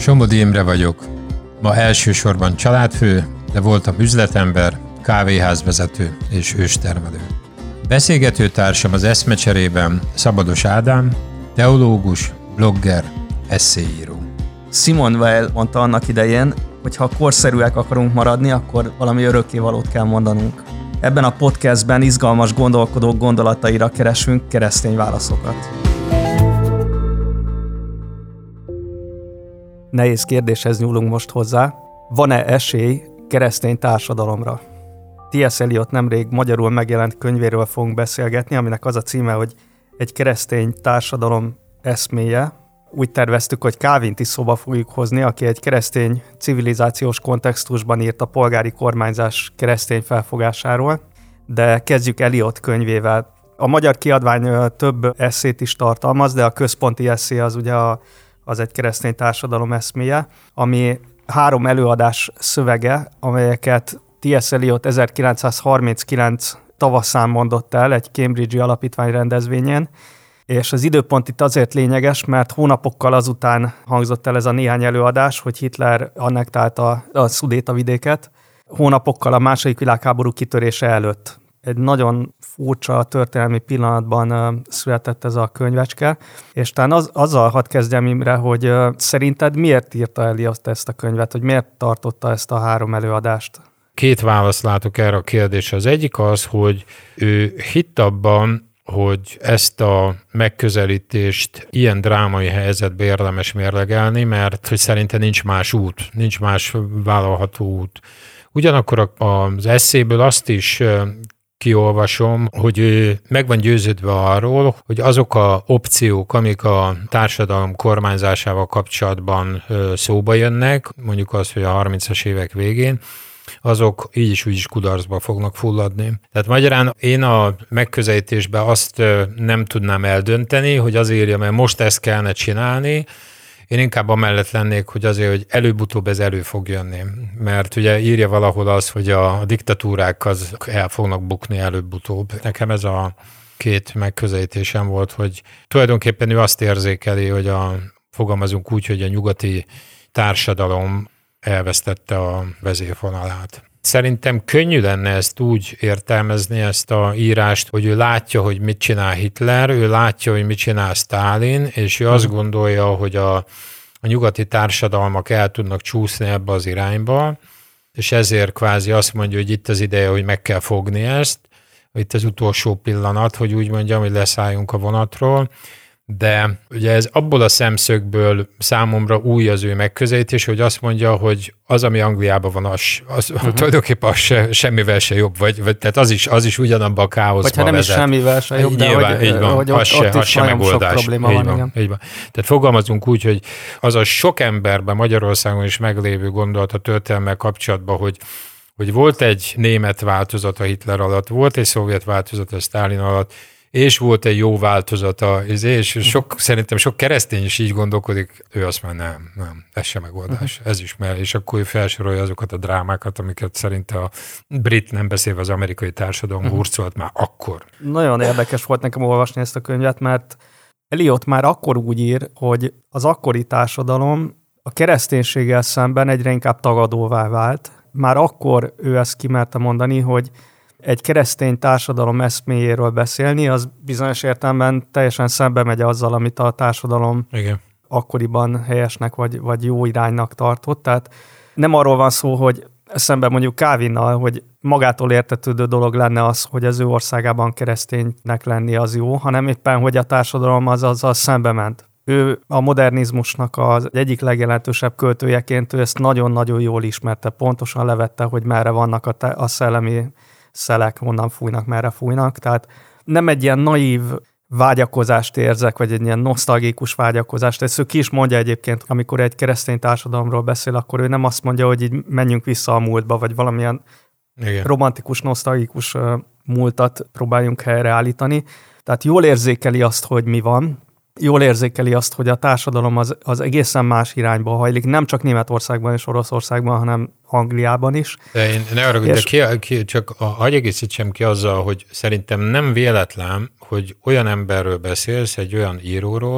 Somogy Imre vagyok. Ma elsősorban családfő, de voltam üzletember, kávéházvezető és őstermelő. Beszélgető társam az eszmecserében Szabados Ádám, teológus, blogger, esszéíró. Simone Weil mondta annak idején, hogy ha korszerűek akarunk maradni, akkor valami örökkévalót kell mondanunk. Ebben a podcastben izgalmas gondolkodók gondolataira keresünk keresztény válaszokat. Nehéz kérdéshez nyúlunk most hozzá. Van-e esély keresztény társadalomra? T.S. Eliot nemrég magyarul megjelent könyvéről fogunk beszélgetni, aminek az a címe, hogy Egy keresztény társadalom eszméje. Úgy terveztük, hogy Calvint is szóba fogjuk hozni, aki egy keresztény civilizációs kontextusban írt a polgári kormányzás keresztény felfogásáról, de kezdjük Eliot könyvével. A magyar kiadvány több esszét is tartalmaz, de a központi esszé az ugye az egy keresztény társadalom eszméje, ami 3 előadás szövege, amelyeket T.S. Eliot 1939 tavaszán mondott el egy Cambridge-i alapítvány rendezvényen, és az időpont itt azért lényeges, mert hónapokkal azután hangzott el ez a néhány előadás, hogy Hitler annektálta a Szudétavidéket, hónapokkal a II. Világháború kitörése előtt. Egy nagyon furcsa történelmi pillanatban született ez a könyvecske, és talán azzal hadd kezdjem, Imre, hogy szerinted miért írta Eliot ezt a könyvet, hogy miért tartotta ezt a 3 előadást? 2 választ látok erre a kérdésre. Az egyik az, hogy ő hitt abban, hogy ezt a megközelítést ilyen drámai helyzetbe érdemes mérlegelni, mert hogy szerinte nincs más út, nincs más vállalható út. Ugyanakkor az esszéből azt is kiolvasom, hogy ő meg van győződve arról, hogy azok a opciók, amik a társadalom kormányzásával kapcsolatban szóba jönnek, mondjuk az, hogy a 30-as évek végén, azok így is úgy is kudarcba fognak fulladni. Tehát magyarán én a megközelítésben azt nem tudnám eldönteni, hogy azért írja, mert most ezt kellene csinálni, én inkább amellett lennék, hogy azért, hogy előbb-utóbb ez elő fog jönni. Mert ugye írja valahol az, hogy a diktatúrák az el fognak bukni előbb-utóbb. Nekem ez a 2 megközelítésem volt, hogy tulajdonképpen ő azt érzékeli, hogy fogalmazunk úgy, hogy a nyugati társadalom elvesztette a vezérfonalát. Szerintem könnyű lenne ezt úgy értelmezni, ezt a írást, hogy ő látja, hogy mit csinál Hitler, ő látja, hogy mit csinál Sztálin, és ő azt gondolja, hogy a nyugati társadalmak el tudnak csúszni ebbe az irányba, és ezért kvázi azt mondja, hogy itt az ideje, hogy meg kell fogni ezt, itt az utolsó pillanat, hogy úgy mondjam, hogy leszálljunk a vonatról. De ugye ez abból a szemszögből számomra új az ő megközelítés, hogy azt mondja, hogy az, ami Angliában van, az tulajdonképpen az semmivel se jobb, vagy tehát az is ugyanabban a káoszban vezet. Vagy ha nem is semmivel se jobb, de nyilván, így van, hogy az se megoldás. Sok probléma így van, van, igen. így van. Tehát fogalmazunk úgy, hogy az a sok emberben Magyarországon is meglévő gondolat a történelemmel kapcsolatban, hogy volt egy német változat a Hitler alatt, volt egy szovjet változat a Sztálin alatt, és volt egy jó változata, és szerintem sok keresztény is így gondolkodik, ő azt mondja, nem, ez sem megoldás, ez is mer, és akkor ő felsorolja azokat a drámákat, amiket szerint a brit, nem beszélve az amerikai társadalom hurcolt már akkor. Nagyon érdekes volt nekem olvasni ezt a könyvet, mert Eliot már akkor úgy ír, hogy az akkori társadalom a kereszténységgel szemben egyre inkább tagadóvá vált. Már akkor ő ezt kimerte mondani, hogy egy keresztény társadalom eszméjéről beszélni, az bizonyos értelemben teljesen szembe megy azzal, amit a társadalom akkoriban helyesnek vagy jó iránynak tartott. Tehát nem arról van szó, hogy szemben mondjuk Calvinnal, hogy magától értetődő dolog lenne az, hogy az ő országában kereszténynek lenni az jó, hanem éppen, hogy a társadalom azzal szembe ment. Ő a modernizmusnak az egyik legjelentősebb költőjeként ő ezt nagyon-nagyon jól ismerte, pontosan levette, hogy merre vannak a szellemi szelek, honnan fújnak, merre fújnak. Tehát nem egy ilyen naív vágyakozást érzek, vagy egy ilyen nosztalgikus vágyakozást. Ezt ő ki is mondja egyébként, amikor egy keresztény társadalomról beszél, akkor ő nem azt mondja, hogy így menjünk vissza a múltba, vagy valamilyen romantikus, nosztalgikus múltat próbáljunk helyreállítani. Tehát jól érzékeli azt, hogy mi van, jól érzékeli azt, hogy a társadalom az egészen más irányba hajlik, nem csak Németországban és Oroszországban, hanem Angliában is. De én ne arra, de csak hagyj egészítsem ki azzal, hogy szerintem nem véletlen, hogy olyan emberről beszélsz, egy olyan íróról,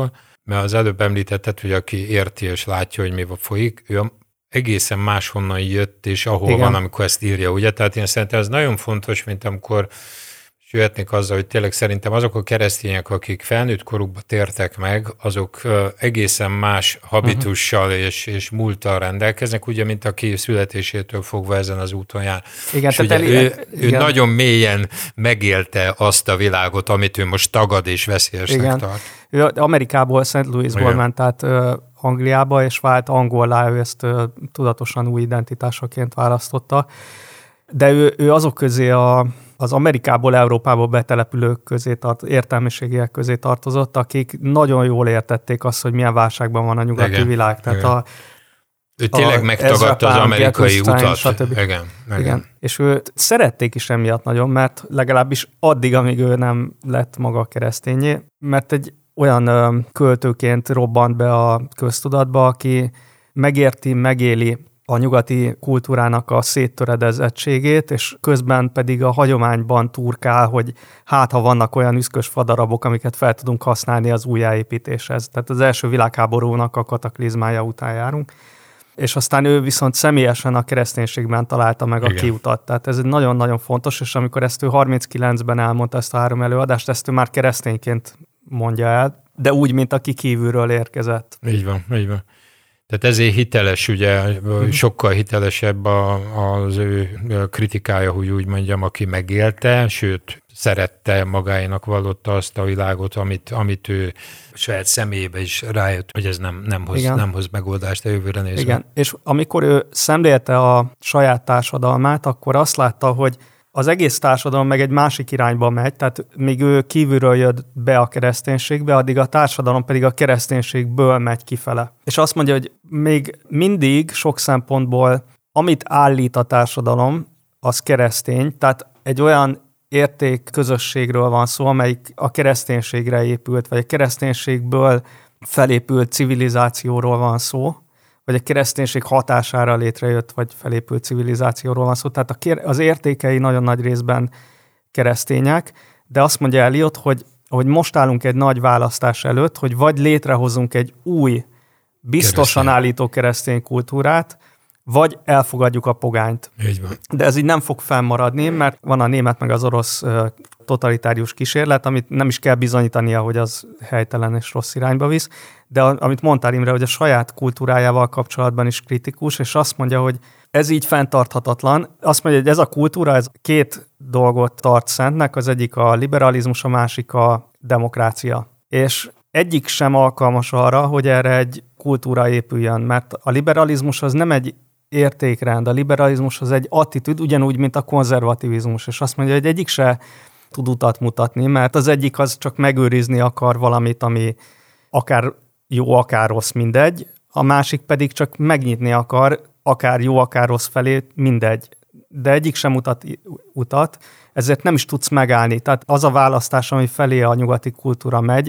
mert az előbb említetted, hogy aki érti és látja, hogy mi folyik, ő egészen máshonnan jött, és ahol Igen. van, amikor ezt írja, ugye? Tehát én szerintem ez nagyon fontos, mint amikor jöhetnék azzal, hogy tényleg szerintem azok a keresztények, akik felnőtt korukba tértek meg, azok egészen más habitussal és múlttal rendelkeznek, ugye, mint aki születésétől fogva ezen az úton jár. Igen, és ugye ő nagyon mélyen megélte azt a világot, amit ő most tagad és veszélyesnek tart. Ő Amerikából, St. Louisból ment át Angliába, és vált angollá, ő ezt tudatosan új identitásaként választotta. De ő azok közé az Amerikából, Európából betelepülők közé értelmiségiek közé tartozott, akik nagyon jól értették azt, hogy milyen válságban van a nyugati világ. Tehát ő tényleg megtagadta az amerikai utat. Igen. És őt szerették is emiatt nagyon, mert legalábbis addig, amíg ő nem lett maga keresztényé, mert egy olyan költőként robbant be a köztudatba, aki megérti, megéli a nyugati kultúrának a széttöredezettségét, és közben pedig a hagyományban turkál, hogy ha vannak olyan üszkös fadarabok, amiket fel tudunk használni az újjáépítéshez. Tehát az első világháborúnak a kataklizmája után járunk. És aztán ő viszont személyesen a kereszténységben találta meg a kiutat. Tehát ez nagyon-nagyon fontos, és amikor ezt ő 39-ben elmondta ezt a 3 előadást, ezt ő már keresztényként mondja el, de úgy, mint aki kívülről érkezett. Így van. Tehát ezért hiteles, ugye, sokkal hitelesebb az ő kritikája, hogy úgy mondjam, aki megélte, sőt, szerette magáénak vallotta azt a világot, amit ő saját személyébe is rájött, hogy ez nem hoz megoldást a jövőre nézve. Igen, és amikor ő szemlélte a saját társadalmát, akkor azt látta, hogy az egész társadalom meg egy másik irányba megy, tehát még ő kívülről jött be a kereszténységbe, addig a társadalom pedig a kereszténységből megy kifele. És azt mondja, hogy még mindig sok szempontból, amit állít a társadalom, az keresztény, tehát egy olyan értékközösségről van szó, amelyik a kereszténységre épült, vagy a kereszténységből felépült civilizációról van szó, vagy a kereszténység hatására létrejött, vagy felépült civilizációról van szó. Tehát az értékei nagyon nagy részben keresztények, de azt mondja Eliot, hogy most állunk egy nagy választás előtt, hogy vagy létrehozunk egy új, biztosan állító keresztény kultúrát, vagy elfogadjuk a pogányt. Így van. De ez így nem fog fennmaradni, mert van a német meg az orosz totalitárius kísérlet, amit nem is kell bizonyítania, hogy az helytelen és rossz irányba visz, de amit mondtál, Imre, hogy a saját kultúrájával kapcsolatban is kritikus, és azt mondja, hogy ez így fenntarthatatlan. Azt mondja, hogy ez a kultúra, ez 2 dolgot tart szentnek, az egyik a liberalizmus, a másik a demokrácia. És egyik sem alkalmas arra, hogy erre egy kultúra épüljön, mert a liberalizmus az nem egy értékrend, a liberalizmus az egy attitűd, ugyanúgy, mint a konzervativizmus, és azt mondja, hogy egyik se tud utat mutatni, mert az egyik az csak megőrizni akar valamit, ami akár jó, akár rossz, mindegy, a másik pedig csak megnyitni akar, akár jó, akár rossz felé, mindegy. De egyik sem mutat utat, ezért nem is tudsz megállni. Tehát az a választás, ami felé a nyugati kultúra megy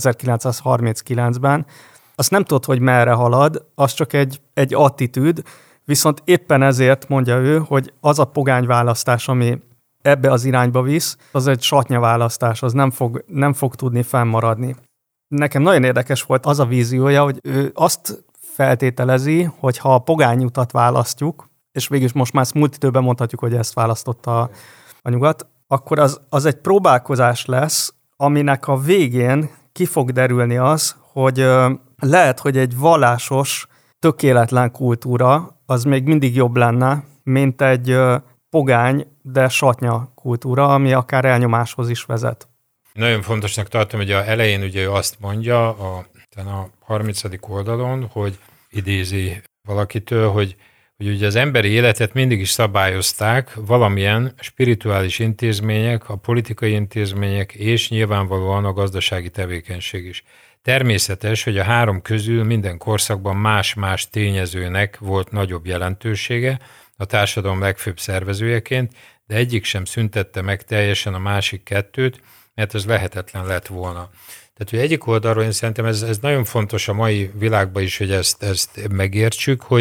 1939-ben, azt nem tudod, hogy merre halad, az csak egy attitűd, viszont éppen ezért mondja ő, hogy az a pogányválasztás, ami ebbe az irányba visz, az egy satnyaválasztás, az nem fog tudni fennmaradni. Nekem nagyon érdekes volt az a víziója, hogy ő azt feltételezi, hogy ha a pogány utat választjuk, és végülis most már ezt múlt időben mondhatjuk, hogy ezt választotta a nyugat, akkor az egy próbálkozás lesz, aminek a végén ki fog derülni az, hogy lehet, hogy egy vallásos, tökéletlen kultúra az még mindig jobb lenne, mint egy pogány, de satnya kultúra, ami akár elnyomáshoz is vezet. Nagyon fontosnak tartom, hogy elején ugye ő azt mondja, a 30. oldalon, hogy idézi valakitől, hogy ugye az emberi életet mindig is szabályozták valamilyen spirituális intézmények, a politikai intézmények és nyilvánvalóan a gazdasági tevékenység is. Természetes, hogy a 3 közül minden korszakban más-más tényezőnek volt nagyobb jelentősége a társadalom legfőbb szervezőjeként, de egyik sem szüntette meg teljesen a másik 2-t, mert ez lehetetlen lett volna. Tehát, hogy egyik oldalról én szerintem ez nagyon fontos a mai világban is, hogy ezt megértsük, hogy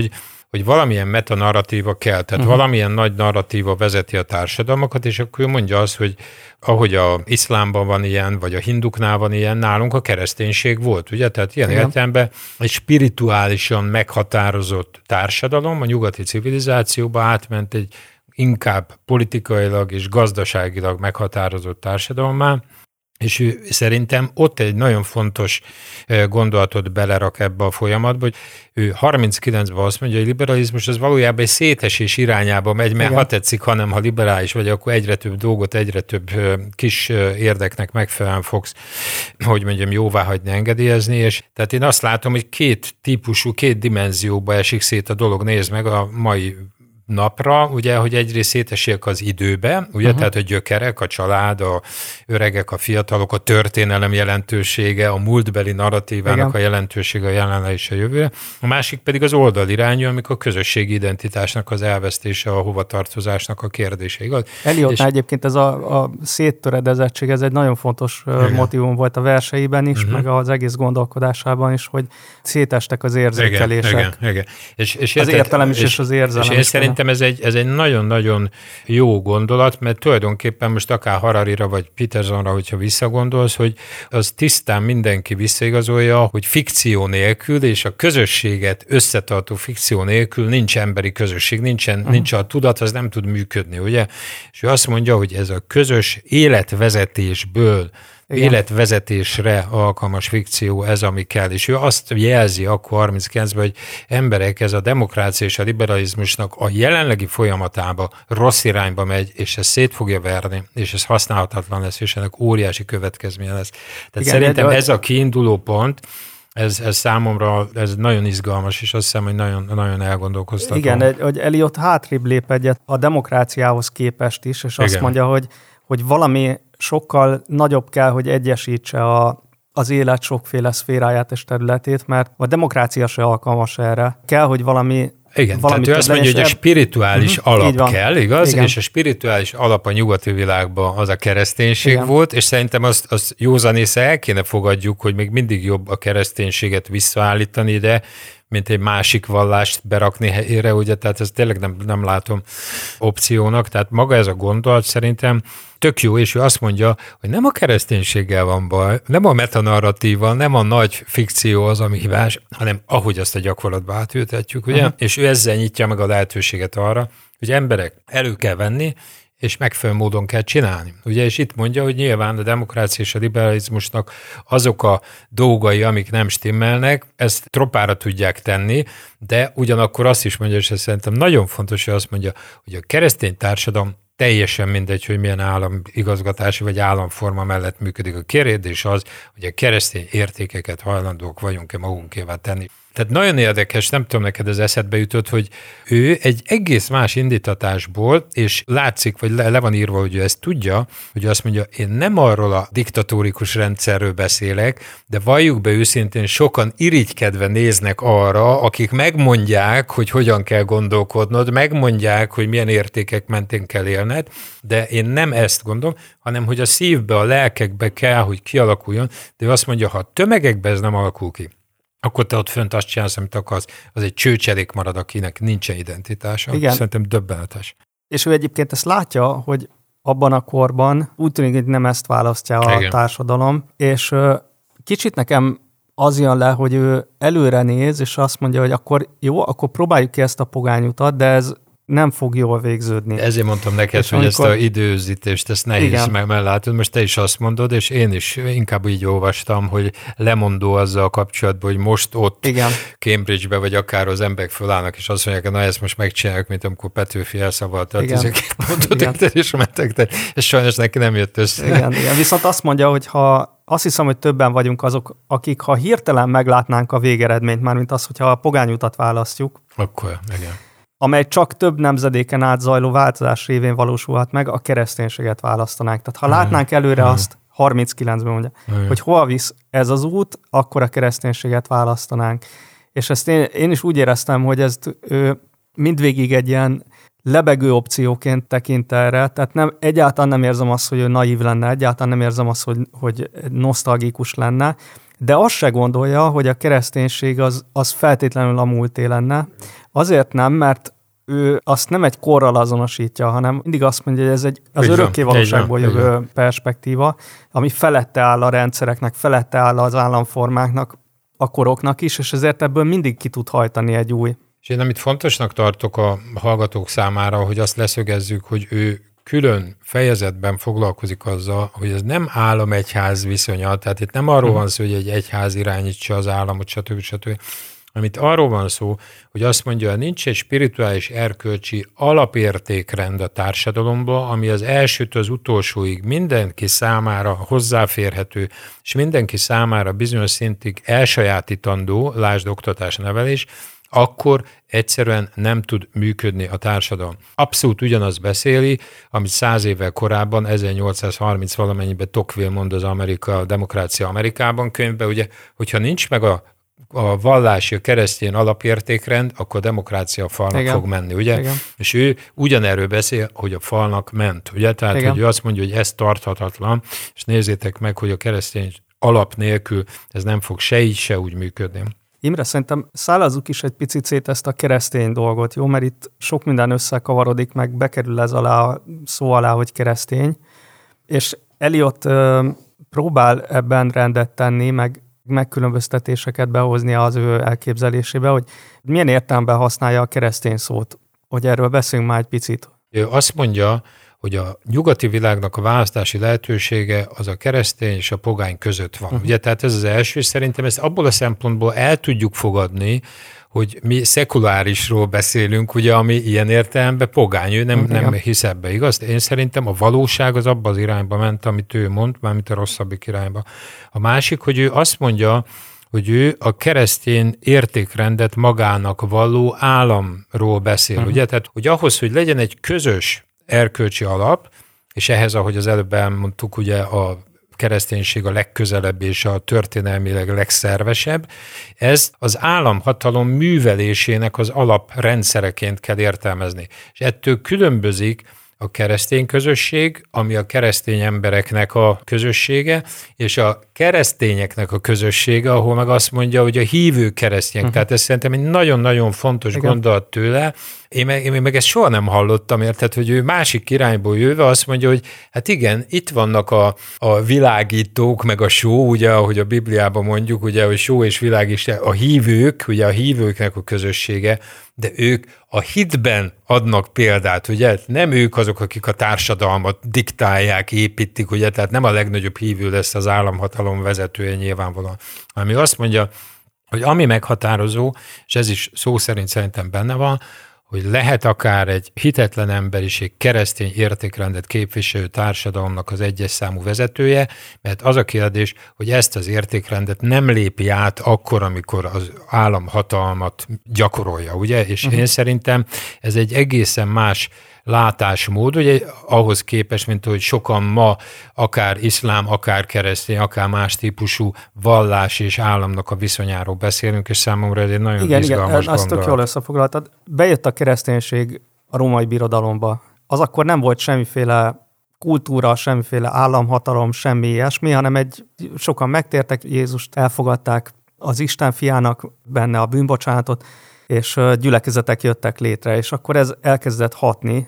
hogy valamilyen metanarratíva kell, tehát valamilyen nagy narratíva vezeti a társadalmakat, és akkor ő mondja azt, hogy ahogy a iszlámban van ilyen, vagy a hinduknál van ilyen, nálunk a kereszténység volt, ugye? Tehát ilyen értelemben egy spirituálisan meghatározott társadalom a nyugati civilizációba átment egy inkább politikailag és gazdaságilag meghatározott társadalommal, és ő szerintem ott egy nagyon fontos gondolatot belerak ebbe a folyamatba, hogy ő 39-ben azt mondja, hogy a liberalizmus az valójában egy szétesés irányába megy, mert ha tetszik, hanem ha liberális vagy, akkor egyre több dolgot, egyre több kis érdeknek megfelelően fogsz, hogy mondjam, jóváhagyni, engedélyezni, és tehát én azt látom, hogy két dimenzióba esik szét a dolog, nézd meg a mai napra, ugye, hogy egyrészt szétesik az időbe, ugye, tehát a gyökerek, a család, a öregek, a fiatalok, a történelem jelentősége, a múltbeli narratívának a jelentősége a jelenre és a jövőre. A másik pedig az oldalirányú, amikor a közösségi identitásnak az elvesztése, a hovatartozásnak a kérdése, igaz? Eliotnál egyébként ez a széttöredezettség, ez egy nagyon fontos motívum volt a verseiben is, meg az egész gondolkodásában is, hogy szétestek az érzékelések. Igen. És az értelem is, és az érzelem. És én szerintem ez egy nagyon-nagyon jó gondolat, mert tulajdonképpen most akár Hararira vagy Petersonra, hogyha visszagondolsz, hogy az tisztán mindenki visszaigazolja, hogy fikció nélkül és a közösséget összetartó fikció nélkül nincs emberi közösség, nincs a tudat, az nem tud működni, ugye? És ő azt mondja, hogy ez a közös életvezetésből életvezetésre alkalmas fikció, ez, ami kell. És ő azt jelzi akkor 39-ben, hogy emberek, ez a demokrácia és a liberalizmusnak a jelenlegi folyamatában rossz irányba megy, és ez szét fogja verni, és ez használhatatlan lesz, és ennek óriási következménye lesz. Tehát szerintem ez a kiinduló pont, ez számomra ez nagyon izgalmas, és azt hiszem, hogy nagyon, nagyon elgondolkoztató. Igen, hogy Eliot hátrébb lép egyet a demokráciához képest is, és azt mondja, hogy valami sokkal nagyobb kell, hogy egyesítse az élet sokféle szféráját és területét, mert a demokrácia se alkalmas erre. Kell, hogy valami... Igen, tehát ő azt mondja, hogy a spirituális alap kell, igaz? Igen. És a spirituális alap a nyugati világban az a kereszténység volt, és szerintem azt józanésze el kéne fogadjuk, hogy még mindig jobb a kereszténységet visszaállítani ide, mint egy másik vallást berakni helyére, ugye, tehát ezt tényleg nem látom opciónak, tehát maga ez a gondolat szerintem tök jó, és ő azt mondja, hogy nem a kereszténységgel van baj, nem a metanarratíva, nem a nagy fikció az, ami hibás, hanem ahogy azt a gyakorlatba átültetjük, ugye, és ő ezzel nyitja meg a lehetőséget arra, hogy emberek elő kell venni, és megfelelő módon kell csinálni. Ugye, és itt mondja, hogy nyilván a demokrácia és a liberalizmusnak azok a dolgai, amik nem stimmelnek, ezt tropára tudják tenni, de ugyanakkor azt is mondja, és ez szerintem nagyon fontos, hogy azt mondja, hogy a keresztény társadalom teljesen mindegy, hogy milyen államigazgatási vagy államforma mellett működik. A kérdés az, hogy a keresztény értékeket hajlandók vagyunk-e magunkévá tenni. Tehát nagyon érdekes, nem tudom, neked az eszedbe jutott, hogy ő egy egész más indítatásból, és látszik, vagy le van írva, hogy ő ezt tudja, hogy azt mondja, én nem arról a diktatórikus rendszerről beszélek, de valljuk be őszintén, sokan irigykedve néznek arra, akik megmondják, hogy hogyan kell gondolkodnod, megmondják, hogy milyen értékek mentén kell élned, de én nem ezt gondolom, hanem hogy a szívbe, a lelkekbe kell, hogy kialakuljon, de ő azt mondja, ha a tömegekbe ez nem alakul ki, akkor te ott fönt azt csinálsz, amit akarsz, az egy csőcserék marad, akinek nincsen identitása. Igen. Szerintem döbbenetes. És ő egyébként ezt látja, hogy abban a korban úgy tűnik, hogy nem ezt választja a társadalom, és kicsit nekem az jön le, hogy ő előre néz, és azt mondja, hogy akkor jó, akkor próbáljuk ki ezt a pogányutat, de ez nem fog jól végződni. Ezért mondtam neked, hogy ezt az időzítést, ezt nehéz mellátod. Most te is azt mondod, és én is inkább így olvastam, hogy lemondó azzal kapcsolatban, hogy most ott Cambridge-be, vagy akár az emberek fölállnak, és azt mondják, na ezt most megcsináljuk, mint amikor Petőfi elszavalta a 12 pontot, és mentek, és sajnos neki nem jött össze. Igen. Viszont azt mondja, hogy azt hiszem, hogy többen vagyunk azok, akik ha hirtelen meglátnánk a végeredményt, mármint az, hogyha a pogányutat választjuk, akkor igen, amely csak több nemzedéken át zajló változás révén valósulhat meg, a kereszténységet választanánk. Tehát ha látnánk előre azt, 39-ben mondja, hogy hova visz ez az út, akkor a kereszténységet választanánk. És ezt én is úgy éreztem, hogy ezt mindvégig egy ilyen lebegő opcióként tekint erre, tehát egyáltalán nem érzem azt, hogy ő naív lenne, egyáltalán nem érzem azt, hogy nosztalgikus lenne, de azt se gondolja, hogy a kereszténység az feltétlenül a múlté lenne. Azért nem, mert ő azt nem egy korral azonosítja, hanem mindig azt mondja, hogy ez az örökké valóságból jövő perspektíva, ami felette áll a rendszereknek, felette áll az államformáknak, a koroknak is, és ezért ebből mindig ki tud hajtani egy új. És én amit fontosnak tartok a hallgatók számára, hogy azt leszögezzük, hogy ő külön fejezetben foglalkozik azzal, hogy ez nem állam-egyház viszonya, tehát itt nem arról van szó, hogy egy egyház irányítsa az államot, stb. Amit arról van szó, hogy azt mondja, hogy nincs egy spirituális erkölcsi alapértékrend a társadalomban, ami az elsőtől az utolsóig mindenki számára hozzáférhető, és mindenki számára bizonyos szintig elsajátítandó, lásd oktatás, nevelés, akkor egyszerűen nem tud működni a társadalom. Abszolút ugyanaz beszéli, amit 100 évvel korábban, 1830 valamennyiben Tocqueville mond az a Demokrácia Amerikában könyvben, ugye, hogyha nincs meg a vallási, a keresztény alapértékrend, akkor a demokrácia a falnak fog menni, ugye? Igen. És ő ugyanerről beszél, hogy a falnak ment, ugye? Tehát, igen. Hogy ő azt mondja, hogy ez tarthatatlan, és nézzétek meg, hogy a keresztény alap nélkül ez nem fog se így, se úgy működni. Imre, szerintem szállazzuk is egy picit szét ezt a keresztény dolgot, jó? Mert itt sok minden összekavarodik, meg bekerül ez alá a szó alá, hogy keresztény, és Eliot próbál ebben rendet tenni, meg megkülönböztetéseket behozni az ő elképzelésébe, hogy milyen értelemben használja a keresztény szót, hogy erről beszélünk már egy picit. Ő azt mondja, hogy a nyugati világnak a választási lehetősége az a keresztény és a pogány között van. Ugye, tehát ez az első, és szerintem ezt abból a szempontból el tudjuk fogadni, hogy mi szekulárisról beszélünk, ugye, ami ilyen értelemben pogány, ő nem hisz ebbe, igaz? Én szerintem a valóság az abba az irányba ment, amit ő mond, mármint a rosszabbik irányba. A másik, hogy ő azt mondja, hogy ő a keresztény értékrendet magának valló államról beszél, ugye? Tehát, hogy ahhoz, hogy legyen egy közös erkölcsi alap, és ehhez, ahogy az előbb elmondtuk, ugye a kereszténység a legközelebb és a történelmileg legszervesebb, ez az államhatalom művelésének az alaprendszereként kell értelmezni. És ettől különbözik a keresztény közösség, ami a keresztény embereknek a közössége, és a keresztényeknek a közössége, ahol meg azt mondja, hogy a hívő keresztények. Tehát ez szerintem egy nagyon-nagyon fontos gondolat tőle. Én meg ezt soha nem hallottam, érted, hogy ő másik irányból jöve azt mondja, hogy hát igen, itt vannak a világítók, meg a só, ugye, ahogy a Bibliában mondjuk, ugye, hogy só és világ is, a hívők, ugye a hívőknek a közössége, de ők a hitben adnak példát, ugye, nem ők azok, akik a társadalmat diktálják, építik, ugye, tehát nem a legnagyobb hívő lesz az államhatalom vezetője nyilvánvalóan, ami azt mondja, hogy ami meghatározó, és ez is szó szerint szerintem benne van, hogy lehet akár egy hitetlen emberiség keresztény értékrendet képviselő társadalomnak az egyes számú vezetője, mert az a kérdés, hogy ezt az értékrendet nem lépi át akkor, amikor az államhatalmat gyakorolja, ugye? És én szerintem ez egy egészen más látásmód, ugye ahhoz képest, mint hogy sokan ma akár iszlám, akár keresztény, akár más típusú vallás és államnak a viszonyáról beszélünk, és számomra ez egy nagyon izgalmas gondolat. Azt tök jól összefoglaltad. Bejött a kereszténység a római birodalomba. Az akkor nem volt semmiféle kultúra, semmiféle államhatalom, semmi ilyesmi, hanem sokan megtértek, Jézust elfogadták az Isten fiának, benne a bűnbocsánatot, és gyülekezetek jöttek létre, és akkor ez elkezdett hatni,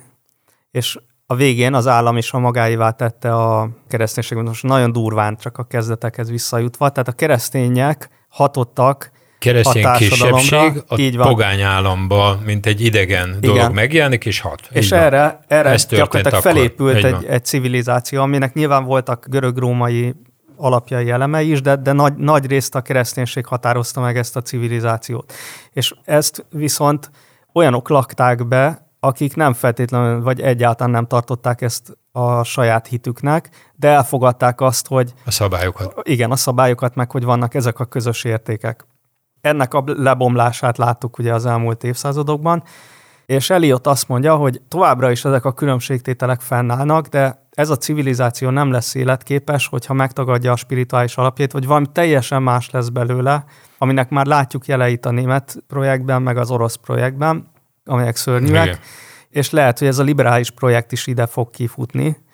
és a végén az állam is a magáévá tette a kereszténységet, most nagyon durván csak a kezdetekhez visszajutva, tehát a keresztények hatottak keresztény a kisebbség a pogány államba, mint egy idegen dolog megjelenik, és hat. És erre gyakorlatilag felépült egy civilizáció, aminek nyilván voltak görög-római alapjai elemei is, de nagy részt a kereszténység határozta meg ezt a civilizációt. És ezt viszont olyanok lakták be, akik nem feltétlenül, vagy egyáltalán nem tartották ezt a saját hitüknek, de elfogadták azt, hogy... A szabályokat. Igen, a szabályokat, meg hogy vannak ezek a közös értékek. Ennek a lebomlását láttuk ugye az elmúlt évszázadokban, és Eliot azt mondja, hogy továbbra is ezek a különbségtételek fennállnak, de ez a civilizáció nem lesz életképes, hogyha megtagadja a spirituális alapjait, vagy valami teljesen más lesz belőle, aminek már látjuk jeleit a német projektben, meg az orosz projektben, amelyek szörnyűek, és lehet, hogy ez a liberális projekt is ide fog kifutni,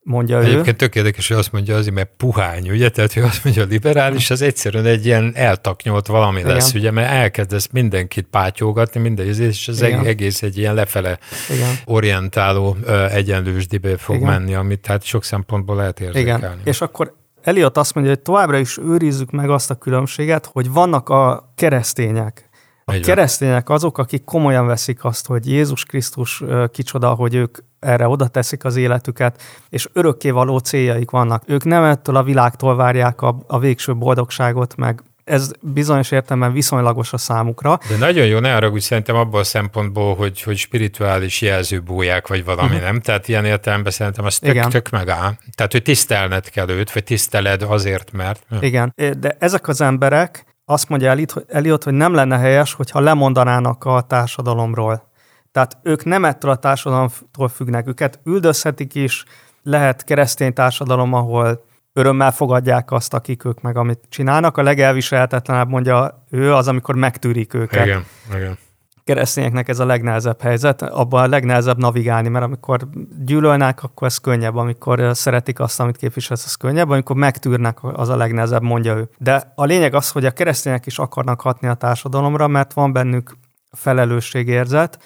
mondja ő. Egyébként tök érdekes, hogy azt mondja azért, mert puhány, ugye? Tehát, hogy azt mondja, a liberális az egyszerűen egy ilyen eltaknyolt valami igen. lesz, ugye? Mert elkezdesz mindenkit pátyolgatni, és az egész egy ilyen lefele igen. orientáló egyenlősdiből fog igen. menni, amit tehát sok szempontból lehet érzékelni. Igen. És akkor Eliot azt mondja, hogy továbbra is őrizzük meg azt a különbséget, hogy vannak a keresztények. A keresztények azok, akik komolyan veszik azt, hogy Jézus Krisztus kicsoda, hogy ők erre oda teszik az életüket, és örökkévaló céljaik vannak. Ők nem ettől a világtól várják a végső boldogságot, meg ez bizonyos értelemben viszonylagos a számukra. De nagyon jó, ne haragudj, szerintem abban a szempontból, hogy spirituális jelzőbóják vagy valami, nem? Tehát ilyen értelemben szerintem az tök megáll. Tehát, hogy tisztelned kell őt, vagy tiszteled azért, mert... Igen, de ezek az emberek, azt mondja Eliot, hogy nem lenne helyes, hogyha lemondanának a társadalomról. Tehát ők nem ettől a társadalomtól függnek. Őket üldözhetik is, lehet keresztény társadalom, ahol örömmel fogadják azt, akik ők meg amit csinálnak. A legelviselhetetlenebb, mondja ő, az, amikor megtűrik őket. Igen. Keresztényeknek ez a legnehezebb helyzet, abban a legnehezebb navigálni, mert amikor gyűlölnek, akkor ez könnyebb, amikor szeretik azt, amit képviselsz, az könnyebb, amikor megtűrnek, az a legnehezebb, mondja ő. De a lényeg az, hogy a keresztények is akarnak hatni a társadalomra, mert van bennük felelősségérzet,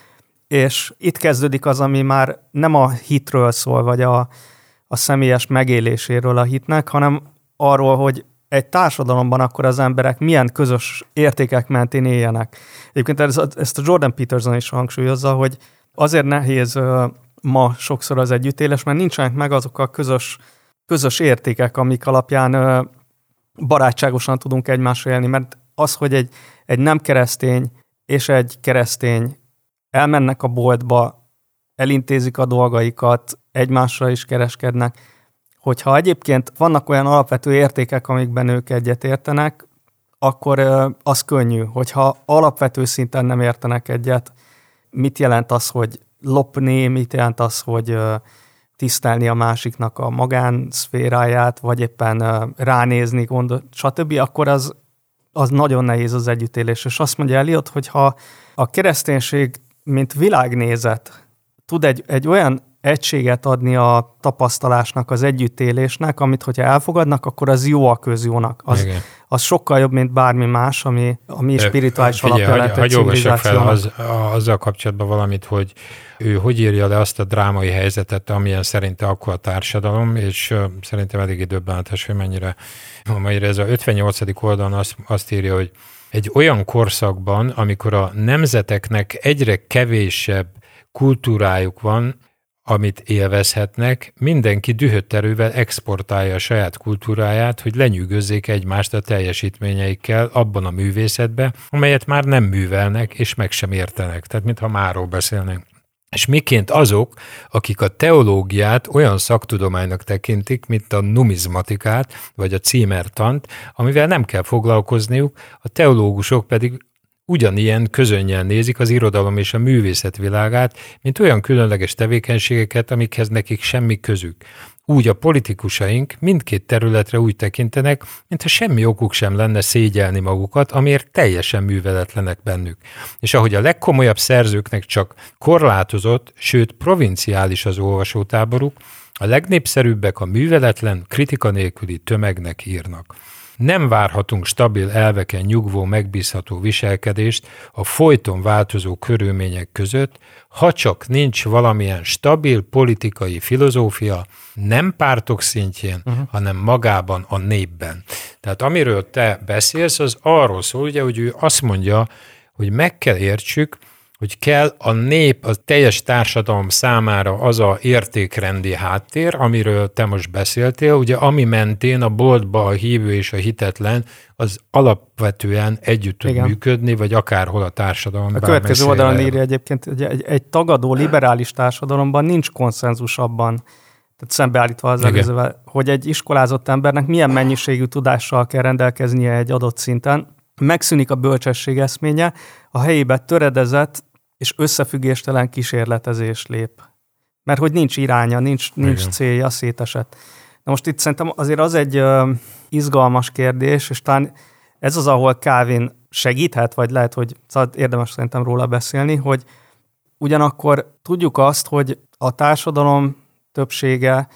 és itt kezdődik az, ami már nem a hitről szól, vagy a személyes megéléséről a hitnek, hanem arról, hogy egy társadalomban akkor az emberek milyen közös értékek mentén éljenek. Egyébként ezt a Jordan Peterson is hangsúlyozza, hogy azért nehéz ma sokszor az együttélés, mert nincsenek meg azok a közös értékek, amik alapján barátságosan tudunk egymással élni, mert az, hogy egy nem keresztény és egy keresztény elmennek a boltba, elintézik a dolgaikat, egymással is kereskednek, hogyha egyébként vannak olyan alapvető értékek, amikben ők egyetértenek, akkor az könnyű. Hogyha alapvető szinten nem értenek egyet, mit jelent az, hogy lopni, mit jelent az, hogy tisztelni a másiknak a magánszféráját, vagy éppen ránézni, stb., akkor az nagyon nehéz az együttélés. És azt mondja Eliot, hogy ha a kereszténység, mint világnézet tud egy olyan egységet adni a tapasztalásnak, az együttélésnek, amit hogyha elfogadnak, akkor az jó a közjónak. Az sokkal jobb, mint bármi más, ami spirituális alapja lehet egy civilizációnak. Fel azzal kapcsolatban valamit, hogy ő hogy írja le azt a drámai helyzetet, amilyen szerinte akkor a társadalom, és szerintem eléggé döbbenetes, hogy mennyire ez a 58. oldalon azt írja, hogy egy olyan korszakban, amikor a nemzeteknek egyre kevésebb kultúrájuk van, amit élvezhetnek, mindenki dühött erővel exportálja a saját kultúráját, hogy lenyűgözzék egymást a teljesítményeikkel abban a művészetben, amelyet már nem művelnek és meg sem értenek. Tehát mintha máról beszélnek. És miként azok, akik a teológiát olyan szaktudománynak tekintik, mint a numizmatikát vagy a címertant, amivel nem kell foglalkozniuk, a teológusok pedig ugyanilyen közönnyel nézik az irodalom és a művészet világát, mint olyan különleges tevékenységeket, amikhez nekik semmi közük. Úgy a politikusaink mindkét területre úgy tekintenek, mintha semmi okuk sem lenne szégyelni magukat, amiért teljesen műveletlenek bennük. És ahogy a legkomolyabb szerzőknek csak korlátozott, sőt provinciális az olvasótáboruk, a legnépszerűbbek a műveletlen, kritika nélküli tömegnek írnak. Nem várhatunk stabil elveken nyugvó, megbízható viselkedést a folyton változó körülmények között, ha csak nincs valamilyen stabil politikai filozófia, nem pártok szintjén, hanem magában a népben. Tehát amiről te beszélsz, az arról szól, ugye, hogy ő azt mondja, hogy meg kell értsük, hogy kell a nép, a teljes társadalom számára az a értékrendi háttér, amiről te most beszéltél, ugye ami mentén a boltba a hívő és a hitetlen az alapvetően együtt tud működni, vagy akárhol a társadalomban. A következő oldalon írja egyébként, hogy egy tagadó liberális társadalomban nincs konszenzus abban, tehát szembeállítva az előzővel, hogy egy iskolázott embernek milyen mennyiségű tudással kell rendelkeznie egy adott szinten, megszűnik a bölcsesség eszménye, a helyébe töredezett és összefüggéstelen kísérletezés lép. Mert hogy nincs iránya, nincs célja, szétesett. Na most itt szerintem azért az egy izgalmas kérdés, és talán ez az, ahol Calvin segíthet, vagy lehet, hogy érdemes szerintem róla beszélni, hogy ugyanakkor tudjuk azt, hogy a társadalom többsége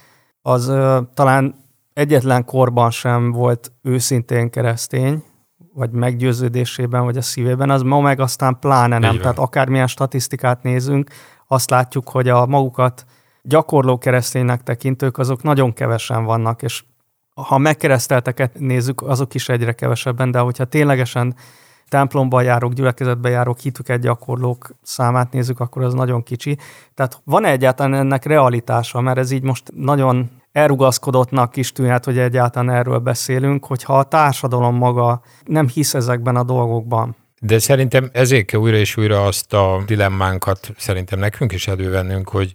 az talán egyetlen korban sem volt őszintén keresztény, vagy meggyőződésében, vagy a szívében, az ma meg aztán pláne nem. Tehát akármilyen statisztikát nézünk, azt látjuk, hogy a magukat gyakorló kereszténynek tekintők, azok nagyon kevesen vannak, és ha megkeresztelteket nézzük, azok is egyre kevesebben, de hogyha ténylegesen templomban járók, gyülekezetben járók, hitüket gyakorlók számát nézzük, akkor az nagyon kicsi. Tehát van egyáltalán ennek realitása, mert ez így most nagyon elrugaszkodottnak is tűnhet, hogy egyáltalán erről beszélünk, hogyha a társadalom maga nem hisz ezekben a dolgokban. De szerintem ezért kell újra és újra azt a dilemmánkat szerintem nekünk is elővennünk, hogy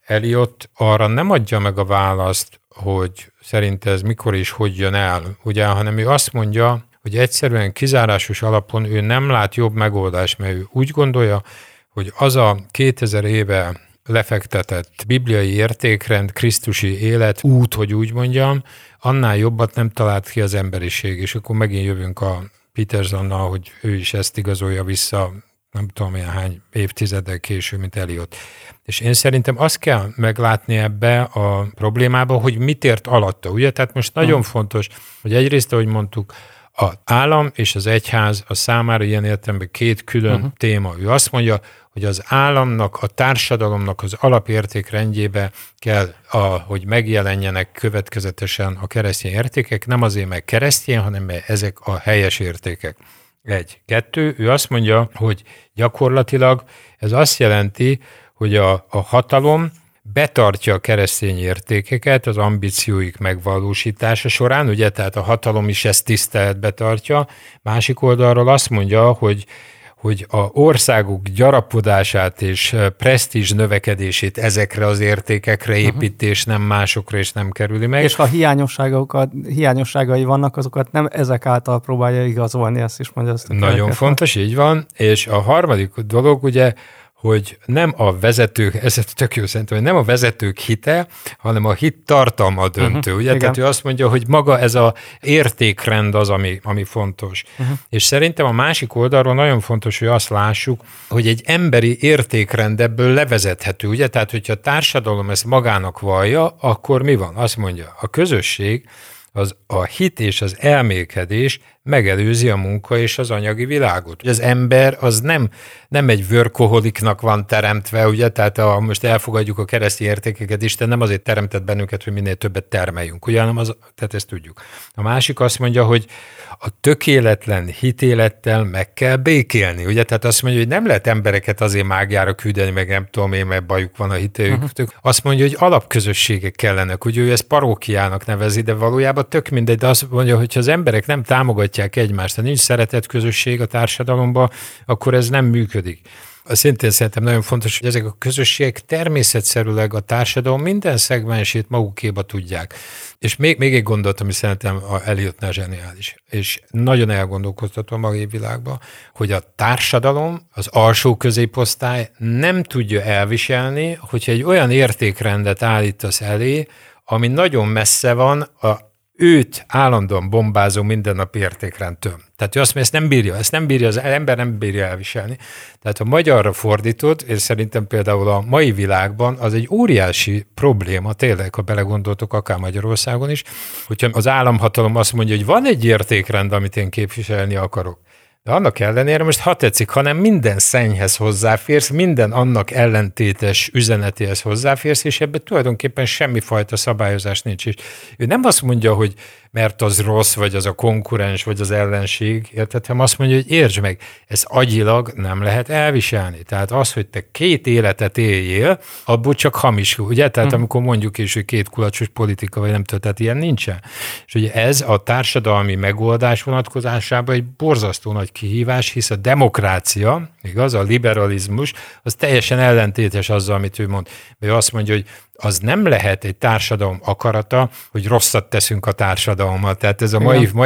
Eliot arra nem adja meg a választ, hogy szerint ez mikor és hogy jön el, ugye, hanem ő azt mondja, hogy egyszerűen kizárásos alapon ő nem lát jobb megoldást, mert ő úgy gondolja, hogy az a 2000 éve lefektetett bibliai értékrend, krisztusi élet, út, hogy úgy mondjam, annál jobbat nem talált ki az emberiség, és akkor megint jövünk a Petersonnal, hogy ő is ezt igazolja vissza, nem tudom milyen hány évtizeddel később, mint Eliot. És én szerintem azt kell meglátni ebbe a problémába, hogy mit ért alatta, ugye? Tehát most nagyon fontos, hogy egyrészt, ahogy mondtuk, az állam és az egyház a számára ilyen értelemben két külön téma. Ő azt mondja, hogy az államnak, a társadalomnak az alapértékrendjébe kell, hogy megjelenjenek következetesen a keresztény értékek, nem azért meg keresztény, hanem mert ezek a helyes értékek. 1. 2. Ő azt mondja, hogy gyakorlatilag ez azt jelenti, hogy a hatalom betartja a keresztény értékeket az ambícióik megvalósítása során, ugye, tehát a hatalom is ezt tiszteletbe tartja. Másik oldalról azt mondja, hogy a országok gyarapodását és presztízs növekedését ezekre az értékekre épít, és nem másokra, és nem kerüli meg. És ha hiányosságai vannak, azokat nem ezek által próbálja igazolni, ezt is mondja. Nagyon fontos, így van. És a harmadik dolog, ugye, hogy nem a vezetők, ez tök jó szerintem, hogy nem a vezetők hite, hanem a hit tartalma döntő. Ugye? Tehát ő azt mondja, hogy maga ez az értékrend az, ami fontos. És szerintem a másik oldalról nagyon fontos, hogy azt lássuk, hogy egy emberi értékrend ebből levezethető. Ugye? Tehát, hogyha a társadalom ezt magának vallja, akkor mi van? Azt mondja, a közösség, a hit és az elmélkedés megelőzi a munka és az anyagi világot. Az ember az nem egy workaholiknak van teremtve, ugye, tehát most elfogadjuk a keresztény értékeket, Isten nem azért teremtett bennünket, hogy minél többet termeljünk, ugye, hanem tehát ezt tudjuk. A másik azt mondja, hogy a tökéletlen hitélettel meg kell békélni, ugye, tehát azt mondja, hogy nem lehet embereket azért mágiára küldeni, meg nem tudom én, mert bajuk van a hitejük. Azt mondja, hogy alapközösségek kellenek, ugye ő ezt parókiának nevezi, de valójában tök mindegy, de azt mondja, hogy ha az emberek nem támogatják egymást, ha nincs szeretett közösség a társadalomban, akkor ez nem működik. Szintén szerintem nagyon fontos, hogy ezek a közösségek természetszerűleg a társadalom minden szegmensét magukéba tudják. És még egy gondolat, ami szerintem a Eliotnál zseniális, és nagyon elgondolkoztató a mai világban, hogy a társadalom, az alsó középosztály nem tudja elviselni, hogyha egy olyan értékrendet állítasz elé, ami nagyon messze van a őt állandóan bombázó mindennapi értékrendtől. Tehát ő azt mondja, ezt nem bírja, az ember nem bírja elviselni. Tehát ha magyarra fordítod, és szerintem például a mai világban az egy óriási probléma, tényleg, ha belegondoltok, akár Magyarországon is, hogyha az államhatalom azt mondja, hogy van egy értékrend, amit én képviselni akarok. De annak ellenére most, ha tetszik, hanem minden szennyhez hozzáférsz, minden annak ellentétes üzenetéhez hozzáférsz, és ebben tulajdonképpen semmifajta szabályozás nincs. És ő nem azt mondja, hogy mert az rossz, vagy az a konkurens, vagy az ellenség, érted? Hanem azt mondja, hogy értsd meg, ez agyilag nem lehet elviselni. Tehát az, hogy te 2 életet éljél, abból csak hamis, ugye? Tehát amikor mondjuk is, hogy 2 kulacsos politika, vagy nem tudom, tehát ilyen nincsen. És ugye ez a társadalmi megoldás vonatkozásában egy borzasztó nagy kihívás, hisz a demokrácia, igaz, a liberalizmus, az teljesen ellentétes azzal, amit ő mond. Ő azt mondja, hogy az nem lehet egy társadalom akarata, hogy rosszat teszünk a társadalommal. Tehát ez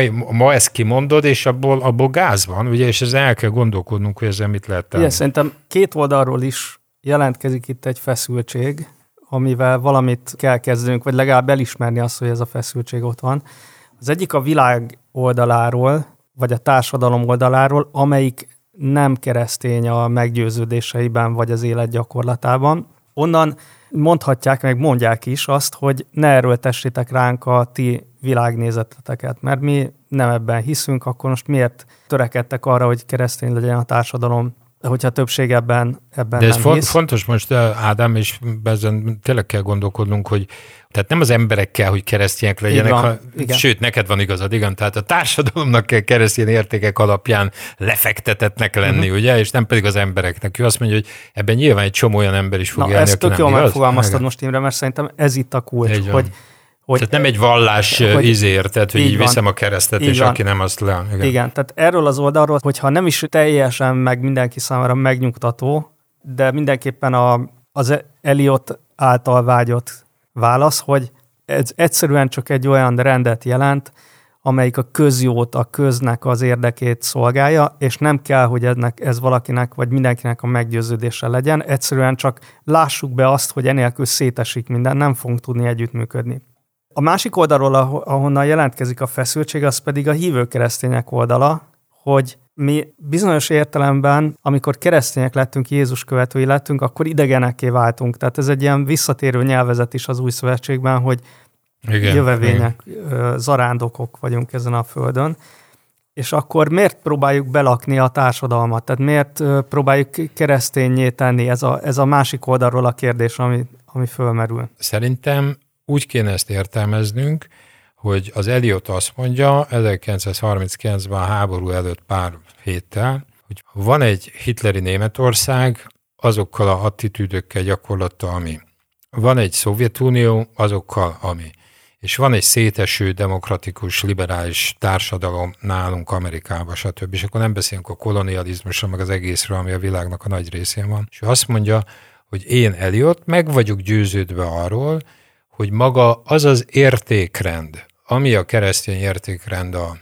ma ezt kimondod, és abból gáz van, ugye, és ezzel el kell gondolkodnunk, hogy ezzel mit lehet tenni. Igen, szerintem 2 oldalról is jelentkezik itt egy feszültség, amivel valamit kell kezdenünk, vagy legalább elismerni azt, hogy ez a feszültség ott van. Az egyik a világ oldaláról, vagy a társadalom oldaláról, amelyik nem keresztény a meggyőződéseiben, vagy az életgyakorlatában. Onnan mondhatják, meg mondják is azt, hogy ne erőltessétek ránk a ti világnézeteteket, mert mi nem ebben hiszünk, akkor most miért törekedtek arra, hogy keresztény legyen a társadalom, hogyha a többség ebben de ez nem hisz. Fontos most, Ádám, és ezen tényleg kell gondolkodnunk, hogy tehát nem az emberekkel, hogy keresztények legyenek, sőt, neked van igazad, igen, tehát a társadalomnak kell keresztény értékek alapján lefektetetnek lenni, ugye, és nem pedig az embereknek. Ő azt mondja, hogy ebben nyilván egy csomó olyan ember is fog élni, ezt tök jól megfogalmaztad most, Imre, mert szerintem ez itt a kulcs, hogy tehát nem egy vallás tehát hogy így viszem a keresztet, és van. Aki nem, azt le. Igen, tehát erről az oldalról, hogyha nem is teljesen meg mindenki számára megnyugtató, de mindenképpen az Eliot által vágyott válasz, hogy ez egyszerűen csak egy olyan rendet jelent, amelyik a közjót, a köznek az érdekét szolgálja, és nem kell, hogy ez valakinek vagy mindenkinek a meggyőződése legyen, egyszerűen csak lássuk be azt, hogy enélkül szétesik minden, nem fogunk tudni együttműködni. A másik oldalról, ahonnan jelentkezik a feszültség, az pedig a hívő keresztények oldala, hogy mi bizonyos értelemben, amikor keresztények lettünk, Jézus követői lettünk, akkor idegenekké váltunk. Tehát ez egy ilyen visszatérő nyelvezet is az Új Szövetségben, hogy jövevények, zarándokok vagyunk ezen a földön. És akkor miért próbáljuk belakni a társadalmat? Tehát miért próbáljuk kereszténnyé tenni? Ez a másik oldalról a kérdés, ami fölmerül. Szerintem úgy kéne ezt értelmeznünk, hogy az Eliot azt mondja 1939-ben a háború előtt pár héttel, hogy van egy hitleri Németország azokkal a attitűdökkel, gyakorlattal, ami. Van egy Szovjetunió azokkal, ami. És van egy széteső, demokratikus, liberális társadalom nálunk Amerikában, stb. És akkor nem beszélünk a kolonializmusról, meg az egészről, ami a világnak a nagy részén van. És ő azt mondja, hogy én Eliot meg vagyok győződve arról, hogy maga az az értékrend, ami a keresztény értékrend a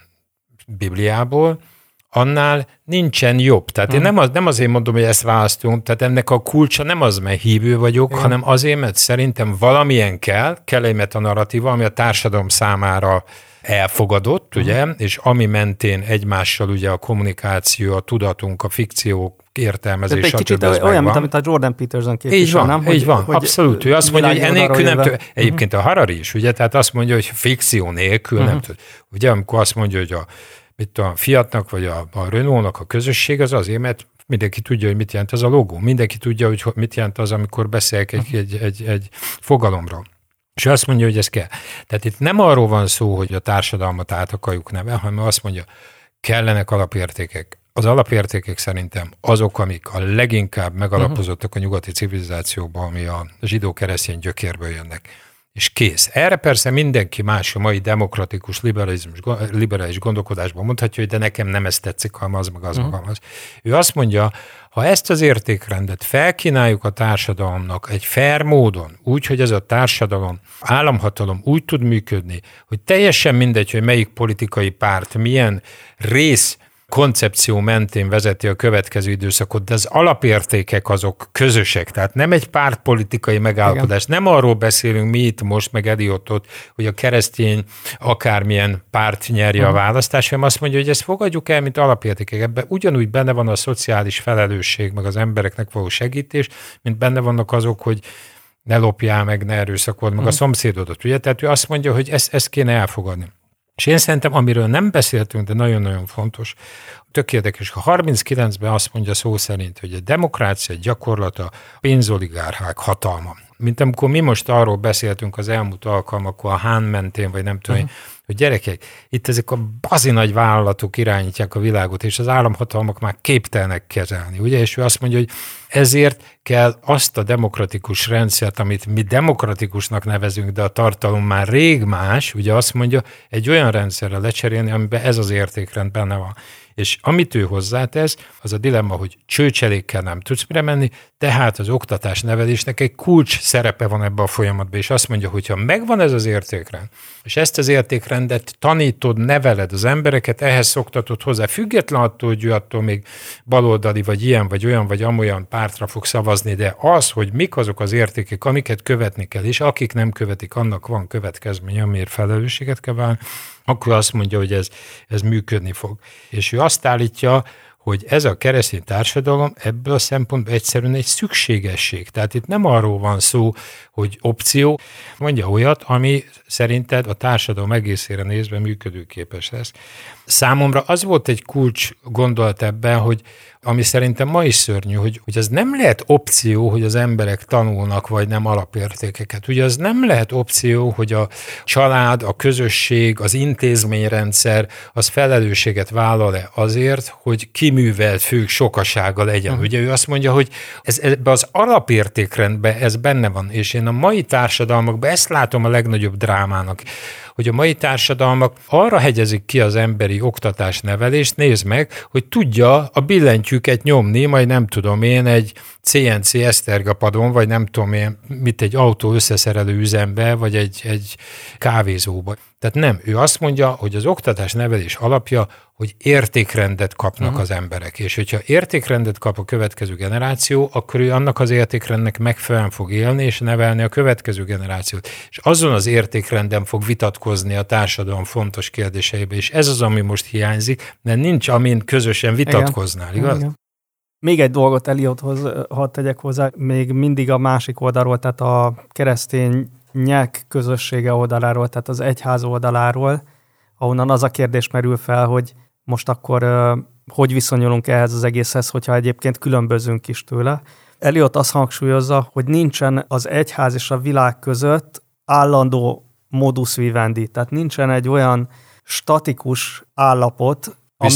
Bibliából, annál nincsen jobb. Tehát én nem azért mondom, hogy ezt választunk, tehát ennek a kulcsa nem az, mert hívő vagyok, hanem azért, mert szerintem valamilyen kell egy metanarratíva, ami a társadalom számára elfogadott, ugye, és ami mentén egymással ugye a kommunikáció, a tudatunk, a fikció értelmezés. Egy kicsit olyan, mint amit a Jordan Peterson képvisel, így van, nem? Így van, abszolút. Ő azt mondja, hogy enélkül nem tud. Egyébként a Harari is, ugye, tehát azt mondja, hogy fikció nélkül nem tud. Ugye, amikor azt mondja, hogy a Fiatnak vagy a Renault-nak a közösség az azért, mert mindenki tudja, hogy mit jelent az a logó. Mindenki tudja, hogy mit jelent az, amikor beszélek egy fogalomról. És azt mondja, hogy ez kell. Tehát itt nem arról van szó, hogy a társadalmat át akarjuk nevelni, hanem azt mondja, kellenek alapértékek. Az alapértékek szerintem azok, amik a leginkább megalapozottak a nyugati civilizációban, ami a zsidó-keresztény gyökérből jönnek. És kész. Erre persze mindenki más a mai demokratikus, liberális gondolkodásban mondhatja, hogy de nekem nem ez tetszik, hanem az, meg az, meg az. Ő azt mondja, ha ezt az értékrendet felkínáljuk a társadalomnak egy fair módon, úgy, hogy ez a társadalom, államhatalom úgy tud működni, hogy teljesen mindegy, hogy melyik politikai párt, milyen rész koncepció mentén vezeti a következő időszakot, de az alapértékek azok közösek, tehát nem egy pártpolitikai megállapodás. Nem arról beszélünk mi itt most, meg Eliotot, hogy a keresztény akármilyen párt nyerje a választást, hanem azt mondja, hogy ezt fogadjuk el, mint alapértékek. Ebben ugyanúgy benne van a szociális felelősség, meg az embereknek való segítés, mint benne vannak azok, hogy ne lopjál meg, ne erőszakold meg a szomszédodat. Ugye? Tehát ő azt mondja, hogy ezt kéne elfogadni. És én szerintem, amiről nem beszéltünk, de nagyon-nagyon fontos, tök érdekes, ha 39-ben azt mondja szó szerint, hogy a demokrácia gyakorlata pénzoligárchák hatalma. Mint amikor mi most arról beszéltünk az elmúlt alkalmakkor a Hán mentén, vagy nem tudom, hogy gyerekek, itt ezek a bazi nagy vállalatok irányítják a világot, és az államhatalmak már képtelnek kezelni, ugye? És ő azt mondja, hogy ezért kell azt a demokratikus rendszert, amit mi demokratikusnak nevezünk, de a tartalom már rég más, ugye azt mondja, egy olyan rendszerre lecserélni, amiben ez az értékrend benne van. És amit ő hozzátesz, az a dilemma, hogy csőcselékkel nem tudsz mire menni, tehát az oktatás nevelésnek egy kulcs szerepe van ebben a folyamatban, és azt mondja, hogyha megvan ez az értékrend, és ezt az értékrendet tanítod, neveled az embereket, ehhez szoktatod hozzá, független attól, hogy ő attól még baloldali, vagy ilyen, vagy olyan, vagy amolyan pártra fog szavazni, de az, hogy mik azok az értékek, amiket követni kell, és akik nem követik, annak van következménye, amiért felelősséget kell válni, akkor azt mondja, hogy ez működni fog. És ő azt állítja, hogy ez a keresztény társadalom ebből a szempontból egyszerűen egy szükségesség. Tehát itt nem arról van szó, hogy opció, mondja olyat, ami szerinted a társadalom egészére nézve működőképes lesz. Számomra az volt egy kulcs gondolat ebben, hogy ami szerintem ma is szörnyű, hogy az nem lehet opció, hogy az emberek tanulnak, vagy nem alapértékeket. Ugye az nem lehet opció, hogy a család, a közösség, az intézményrendszer az felelősséget vállal-e azért, hogy kiművelt fők sokasága legyen. Ugye ő azt mondja, hogy ebben az alapértékrendben ez benne van, és én a mai társadalmakban ezt látom a legnagyobb drámának, hogy a mai társadalmak arra hegyezik ki az emberi oktatás nevelést, nézd meg, hogy tudja a billentyűket nyomni, majd nem tudom én egy CNC esztergapadon, vagy nem tudom én mit egy autó összeszerelő üzembe, vagy egy kávézóba. Tehát nem, ő azt mondja, hogy az oktatás nevelés alapja, hogy értékrendet kapnak az emberek, és hogyha értékrendet kap a következő generáció, akkor ő annak az értékrendnek megfelelően fog élni, és nevelni a következő generációt. És azon az értékrenden fog vitatkozni a társadalom fontos kérdéseibe, és ez az, ami most hiányzik, mert nincs, amin közösen vitatkoznál, igaz? Igen. Még egy dolgot Eliothoz hadd tegyek hozzá, még mindig a másik oldalról, tehát a keresztények közössége oldaláról, tehát az egyház oldaláról, ahonnan az a kérdés merül fel, hogy most akkor hogy viszonyulunk ehhez az egészhez, hogyha egyébként különbözünk is tőle. Eliot azt hangsúlyozza, hogy nincsen az egyház és a világ között állandó modus vivendi, tehát nincsen egy olyan statikus állapot,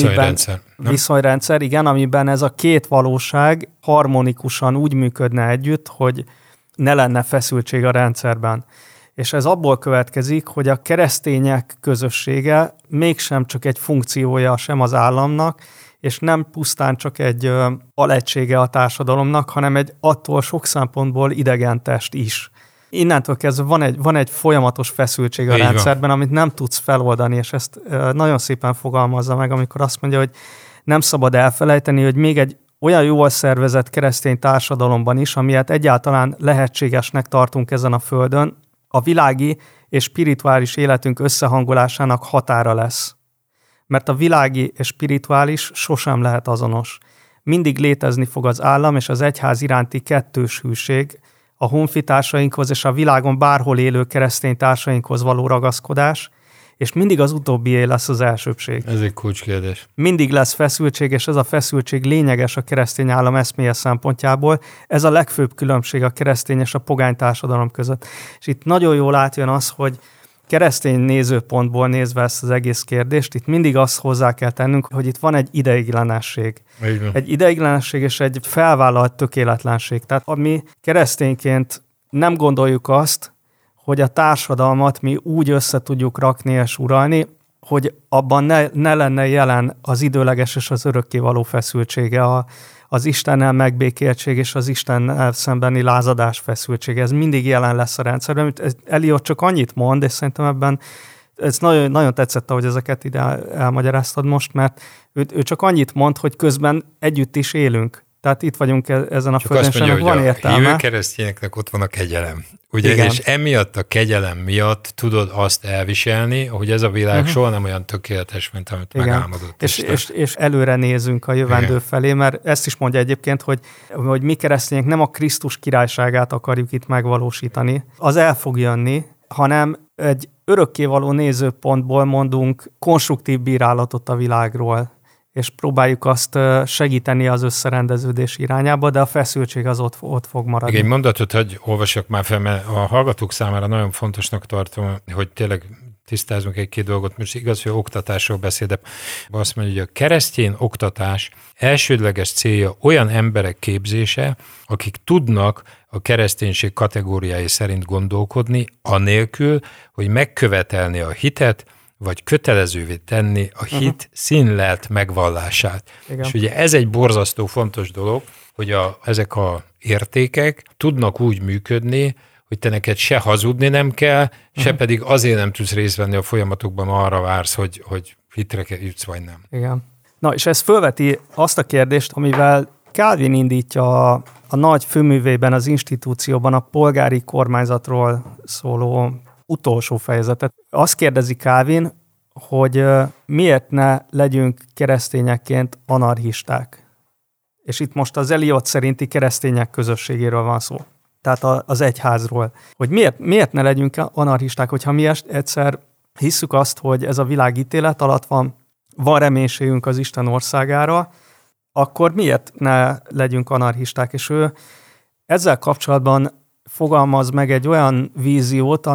Viszonyrendszer, igen, amiben ez a két valóság harmonikusan úgy működne együtt, hogy ne lenne feszültség a rendszerben. És ez abból következik, hogy a keresztények közössége mégsem csak egy funkciója sem az államnak, és nem pusztán csak egy alegysége a társadalomnak, hanem egy attól sok szempontból idegen test is. Innentől kezdve van egy folyamatos feszültség a rendszerben, amit nem tudsz feloldani, és ezt nagyon szépen fogalmazza meg, amikor azt mondja, hogy nem szabad elfelejteni, hogy még egy olyan jól szervezett keresztény társadalomban is, amilyet egyáltalán lehetségesnek tartunk ezen a földön, a világi és spirituális életünk összehangolásának határa lesz. Mert a világi és spirituális sosem lehet azonos. Mindig létezni fog az állam és az egyház iránti kettős hűség, a honfitársainkhoz és a világon bárhol élő keresztény társainkhoz való ragaszkodás, és mindig az utóbbié lesz az elsőbség. Ez egy kulcskérdés. Mindig lesz feszültség, és ez a feszültség lényeges a keresztény állam eszméje szempontjából. Ez a legfőbb különbség a keresztény és a pogány társadalom között. És itt nagyon jól átjön az, hogy keresztény nézőpontból nézve ezt az egész kérdést, itt mindig azt hozzá kell tennünk, hogy itt van egy ideiglenesség. Egy ideiglenesség és egy felvállalt tökéletlenség. Tehát mi keresztényként nem gondoljuk azt, hogy a társadalmat mi úgy össze tudjuk rakni és uralni, hogy abban ne lenne jelen az időleges és az örökkévaló feszültsége, az Istennel megbékéltség és az Istennel szembeni lázadás feszültsége. Ez mindig jelen lesz a rendszerben. Eliot csak annyit mond, és szerintem ebben ez nagyon, nagyon tetszett, ahogy ezeket ide elmagyaráztad most, mert ő csak annyit mond, hogy közben együtt is élünk. Tehát itt vagyunk ezen a földön, és ennek van értelme. Hívő keresztényeknek ott van a kegyelem. Ugye, és emiatt a kegyelem miatt tudod azt elviselni, hogy ez a világ soha nem olyan tökéletes, mint amit megálmodott. És előre nézünk a jövendő felé, mert ezt is mondja egyébként, hogy mi keresztények nem a Krisztus királyságát akarjuk itt megvalósítani. Az el fog jönni, hanem egy örökkévaló nézőpontból mondunk konstruktív bírálatot a világról, és próbáljuk azt segíteni az összerendeződés irányába, de a feszültség az ott fog maradni. Egy mondatot, hogy olvasok már fel, mert a hallgatók számára nagyon fontosnak tartom, hogy tényleg tisztázunk egy-két dolgot. Most igaz, hogy oktatásról beszél, de azt mondja, hogy a keresztény oktatás elsődleges célja olyan emberek képzése, akik tudnak a kereszténység kategóriái szerint gondolkodni, anélkül, hogy megkövetelni a hitet, vagy kötelezővé tenni a hit színlelt megvallását. Igen. És ugye ez egy borzasztó fontos dolog, hogy ezek a értékek tudnak úgy működni, hogy te neked se hazudni nem kell, se pedig azért nem tudsz részt venni a folyamatokban, arra vársz, hogy hitre jutsz, vagy nem. Igen. Na, és ez fölveti azt a kérdést, amivel Calvin indítja a nagy főművében, az institúcióban a polgári kormányzatról szóló utolsó fejezetet. Azt kérdezi Calvin, hogy miért ne legyünk keresztényekként anarchisták. És itt most az Eliot szerinti keresztények közösségéről van szó. Tehát az egyházról. Hogy miért ne legyünk anarchisták, hogyha mi egyszer hisszük azt, hogy ez a világ ítélet alatt van reménységünk az Isten országára, akkor miért ne legyünk anarchisták? És ő ezzel kapcsolatban fogalmaz meg egy olyan víziót,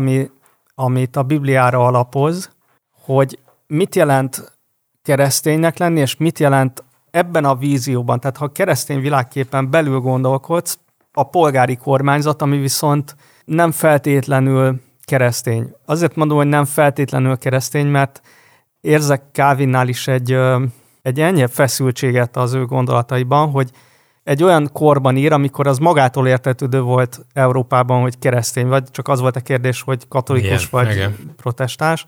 amit a Bibliára alapoz, hogy mit jelent kereszténynek lenni, és mit jelent ebben a vízióban. Tehát ha keresztény világképpen belül gondolkodsz, a polgári kormányzat, ami viszont nem feltétlenül keresztény. Azért mondom, hogy nem feltétlenül keresztény, mert érzek Calvinnál is egy ennyi feszültséget az ő gondolataiban, hogy egy olyan korban ír, amikor az magától értetődő volt Európában, hogy keresztény, vagy csak az volt a kérdés, hogy katolikus vagy protestáns,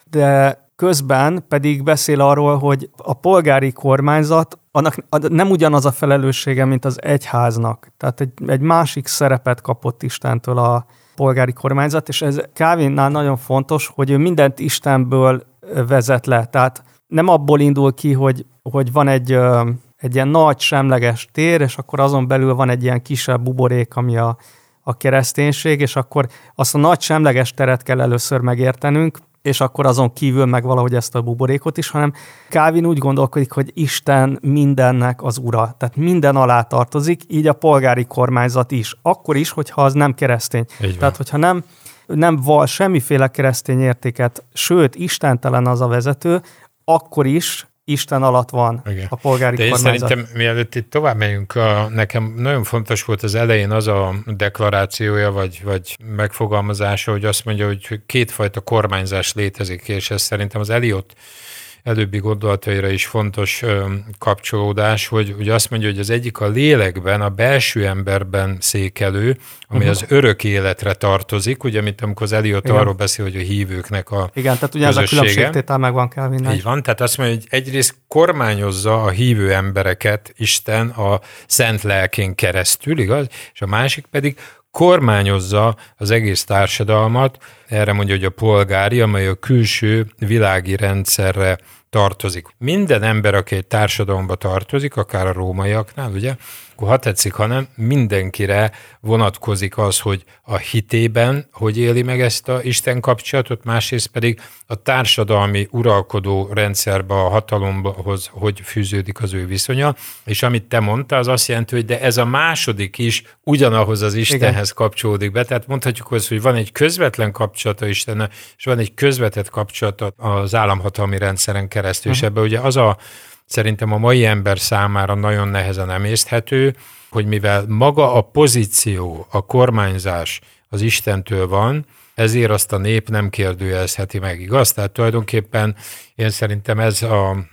de közben pedig beszél arról, hogy a polgári kormányzat annak nem ugyanaz a felelőssége, mint az egyháznak. Tehát egy másik szerepet kapott Istentől a polgári kormányzat, és ez Calvinnál nagyon fontos, hogy ő mindent Istenből vezet le. Tehát nem abból indul ki, hogy van egy ilyen nagy semleges tér, és akkor azon belül van egy ilyen kisebb buborék, ami a kereszténység, és akkor azt a nagy semleges teret kell először megértenünk, és akkor azon kívül meg valahogy ezt a buborékot is, hanem Calvin úgy gondolkodik, hogy Isten mindennek az ura. Tehát minden alá tartozik, így a polgári kormányzat is. Akkor is, hogyha az nem keresztény. Tehát, hogyha nem val semmiféle keresztény értéket, sőt, istentelen az a vezető, akkor is Isten alatt van a polgári kormányzat. De szerintem, mielőtt itt tovább megyünk, nekem nagyon fontos volt az elején az a deklarációja, vagy megfogalmazása, hogy azt mondja, hogy kétfajta kormányzás létezik, és ez szerintem az Eliot előbbi gondolataira is fontos kapcsolódás, hogy azt mondja, hogy az egyik a lélekben, a belső emberben székelő, ami az örök életre tartozik, ugye, mint amikor az Eliot arról beszél, hogy a hívőknek a igen, tehát ugye ez a különbségtétel megvan Calvinnál. Így van, tehát azt mondja, hogy egyrészt kormányozza a hívő embereket Isten a szent lelkén keresztül, igaz? És a másik pedig kormányozza az egész társadalmat, erre mondja, hogy a polgári, amely a külső világi rendszerre tartozik. Minden ember, aki egy társadalomba tartozik, akár a rómaiaknál, ugye, akkor ha tetszik, hanem mindenkire vonatkozik az, hogy a hitében hogy éli meg ezt a Isten kapcsolatot, másrészt pedig a társadalmi uralkodó rendszerbe, a hatalomhoz hogy fűződik az ő viszonya, és amit te mondtál, az azt jelenti, hogy de ez a második is ugyanahoz az Istenhez kapcsolódik be, tehát mondhatjuk azt, hogy van egy közvetlen kapcsolata Istennel, és van egy közvetett kapcsolata az államhatalmi rendszeren keresztül, és ebben ugye az szerintem a mai ember számára nagyon nehezen emészthető, hogy mivel maga a pozíció, a kormányzás az Istentől van, ezért azt a nép nem kérdőjelezheti meg, igaz? Tehát tulajdonképpen én szerintem ez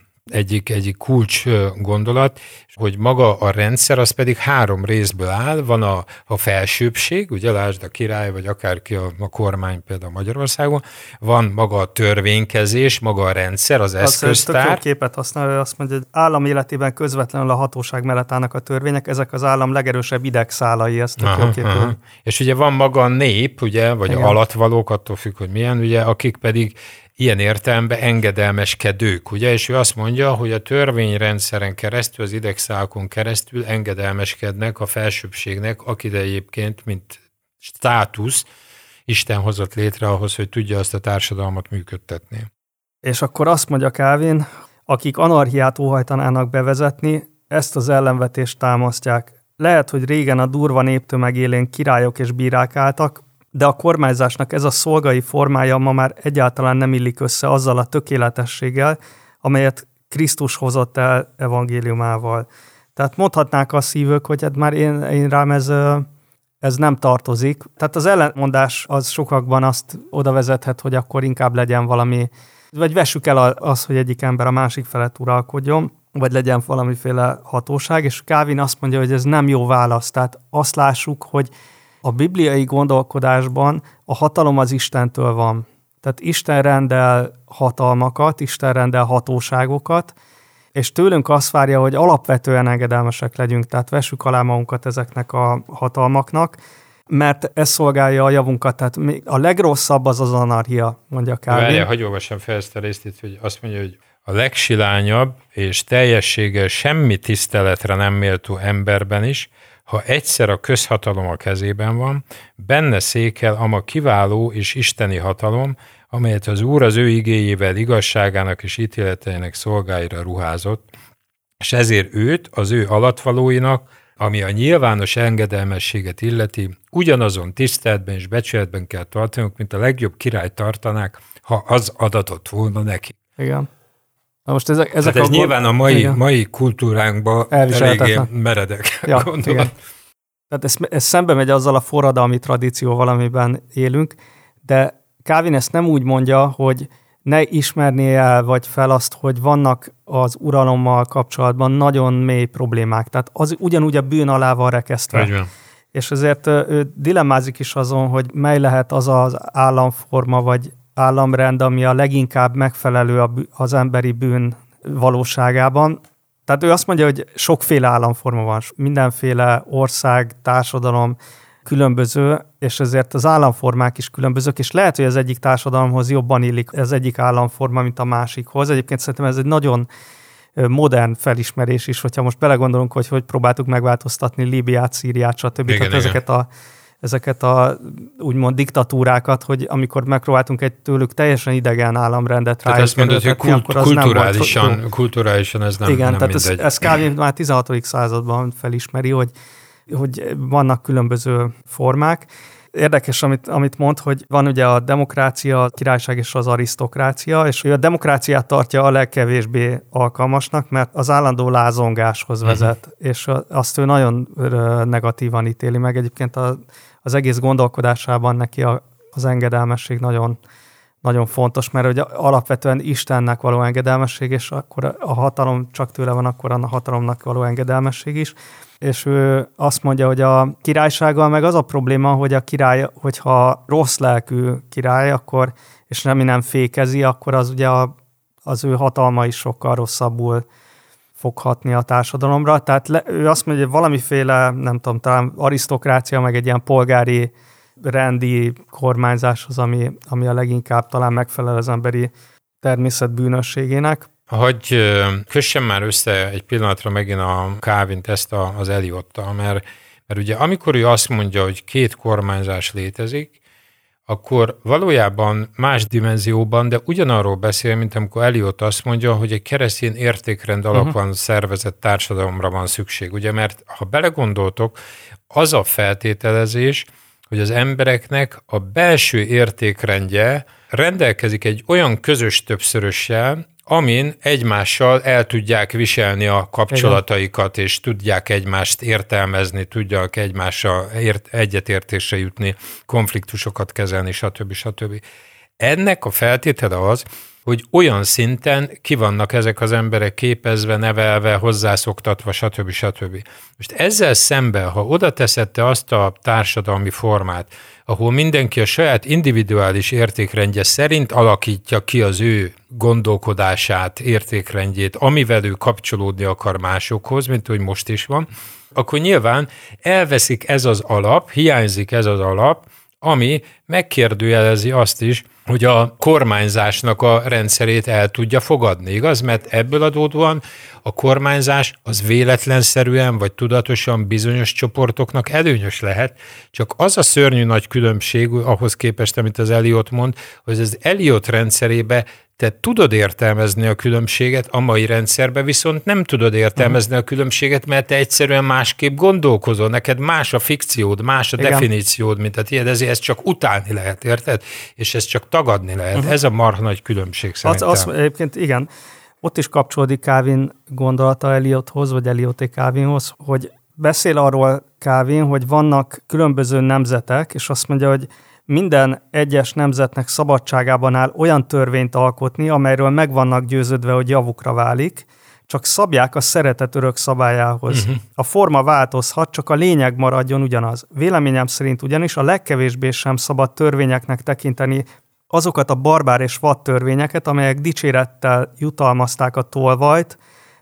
egyik kulcs gondolat, hogy maga a rendszer, az pedig 3 részből áll, van a felsőbbség, ugye lásd a király, vagy akárki a kormány például Magyarországon, van maga a törvénykezés, maga a rendszer, az eszköztár. Azt képet használja, azt mondja, hogy állam életében közvetlenül a hatóság mellett állnak a törvények, ezek az állam legerősebb idegszálai, ezt És ugye van maga a nép, ugye, vagy alattvalók, attól függ, hogy milyen, ugye, akik pedig ilyen értelemben engedelmeskedők, ugye, és ő azt mondja, hogy a törvényrendszeren keresztül, az idegszálakon keresztül engedelmeskednek a felsőbbségnek, akit egyébként, mint státusz, Isten hozott létre ahhoz, hogy tudja azt a társadalmat működtetni. És akkor azt mondja Calvin, akik anarchiát óhajtanának bevezetni, ezt az ellenvetést támasztják. Lehet, hogy régen a durva néptömeg élén királyok és bírák álltak, de a kormányzásnak ez a szolgai formája ma már egyáltalán nem illik össze azzal a tökéletességgel, amelyet Krisztus hozott el evangéliumával. Tehát mondhatnák a szívők, hogy hát már én rám ez nem tartozik. Tehát az ellentmondás az sokakban azt oda vezethet, hogy akkor inkább legyen valami, vagy vessük el az, hogy egyik ember a másik felett uralkodjon, vagy legyen valamiféle hatóság, és Calvin azt mondja, hogy ez nem jó válasz. Tehát azt lássuk, hogy a bibliai gondolkodásban a hatalom az Istentől van. Tehát Isten rendel hatalmakat, Isten rendel hatóságokat, és tőlünk azt várja, hogy alapvetően engedelmesek legyünk, tehát vessük alá magunkat ezeknek a hatalmaknak, mert ez szolgálja a javunkat. Tehát a legrosszabb az anarchia, mondja Calvin. Várjál, hagyj olvassam fel ezt a részt itt, hogy azt mondja, hogy a legsilányabb és teljességgel semmi tiszteletre nem méltó emberben is, ha egyszer a közhatalom a kezében van, benne székel ama kiváló és isteni hatalom, amelyet az Úr az ő igéjével igazságának és ítéleteinek szolgáira ruházott, és ezért őt az ő alattvalóinak, ami a nyilvános engedelmességet illeti, ugyanazon tiszteletben és becsületben kell tartanunk, mint a legjobb király tartanák, ha az adatott volna neki. Igen. Na most ezek ez nyilván a mai kultúránkban eléggé meredek gondolat. Igen. Tehát ez szembe megy azzal a forradalmi tradícióval, amiben élünk, de Calvin ezt nem úgy mondja, hogy ne ismerné el vagy fel azt, hogy vannak az uralommal kapcsolatban nagyon mély problémák. Tehát az ugyanúgy a bűn alá van rekesztve. Egyben. És ezért ő dilemmázik is azon, hogy mely lehet az az államforma vagy államrend, ami a leginkább megfelelő az emberi bűn valóságában. Tehát ő azt mondja, hogy sokféle államforma van, mindenféle ország, társadalom különböző, és ezért az államformák is különbözők, és lehet, hogy az egyik társadalomhoz jobban illik az egyik államforma, mint a másikhoz. Egyébként szerintem ez egy nagyon modern felismerés is, hogyha most belegondolunk, hogy próbáltuk megváltoztatni Líbiát, Szíriát, stb. Igen, ezeket a úgymond diktatúrákat, hogy amikor megpróbáltunk egy tőlük teljesen idegen államrendet rájuk. Tehát azt mondod, hogy kulturálisan ez nem igen, tehát mindegy. ez Calvin már 16. században felismeri, hogy vannak különböző formák. Érdekes, amit mond, hogy van ugye a demokrácia, a királyság és az arisztokrácia, és ő a demokráciát tartja a legkevésbé alkalmasnak, mert az állandó lázongáshoz vezet, és azt ő nagyon negatívan ítéli meg. Egyébként az egész gondolkodásában neki az engedelmesség nagyon, nagyon fontos, mert ugye alapvetően Istennek való engedelmesség, és akkor a hatalom csak tőle van, akkor a hatalomnak való engedelmesség is. És ő azt mondja, hogy a királysággal meg az a probléma, hogy a király, hogyha rossz lelkű király, akkor, és nem fékezi, akkor az ugye az ő hatalma is sokkal rosszabbul fog hatni a társadalomra. Tehát ő azt mondja, hogy valamiféle, nem tudom, talán arisztokrácia, meg egy ilyen polgári rendi kormányzás az, ami a leginkább talán megfelel az emberi természet bűnösségének. Hogy kössem már össze egy pillanatra megint a Calvint ezt az Eliottal, mert ugye amikor ő azt mondja, hogy két kormányzás létezik, akkor valójában más dimenzióban, de ugyanarról beszél, mint amikor Eliot azt mondja, hogy egy keresztény értékrend alapon szervezett társadalomra van szükség. Ugye, mert ha belegondoltok, az a feltételezés, hogy az embereknek a belső értékrendje rendelkezik egy olyan közös többszörössel, amin egymással el tudják viselni a kapcsolataikat, és tudják egymást értelmezni, tudják egymással egyetértésre jutni, konfliktusokat kezelni, stb. Ennek a feltétele az, hogy olyan szinten ki vannak ezek az emberek képezve, nevelve, hozzászoktatva, stb. Most ezzel szemben, ha oda teszed te azt a társadalmi formát, ahol mindenki a saját individuális értékrendje szerint alakítja ki az ő gondolkodását, értékrendjét, amivel ő kapcsolódni akar másokhoz, mint hogy most is van, akkor nyilván elveszik ez az alap, hiányzik ez az alap, ami megkérdőjelezi azt is, hogy a kormányzásnak a rendszerét el tudja fogadni, igaz? Mert ebből adódóan a kormányzás az véletlenszerűen vagy tudatosan bizonyos csoportoknak előnyös lehet, csak az a szörnyű nagy különbség ahhoz képest, amit az Eliot mond, hogy az Eliot rendszerébe te tudod értelmezni a különbséget, a mai rendszerben viszont nem tudod értelmezni a különbséget, mert te egyszerűen másképp gondolkozol, neked más a fikciód, más a definíciód, mint a tiéd, ezért ezt csak utálni lehet, érted? És ezt csak tagadni lehet. Ez a marha nagy különbség szerintem. Egyébként igen, ott is kapcsolódik Calvin gondolata Eliothoz, vagy Elioté Calvinhoz, hogy beszél arról Calvin, hogy vannak különböző nemzetek, és azt mondja, hogy minden egyes nemzetnek szabadságában áll olyan törvényt alkotni, amelyről meg vannak győződve, hogy javukra válik, csak szabják a szeretet örök szabályához. A forma változhat, csak a lényeg maradjon ugyanaz. Véleményem szerint ugyanis a legkevésbé sem szabad törvényeknek tekinteni azokat a barbár és vad törvényeket, amelyek dicsérettel jutalmazták a tolvajt,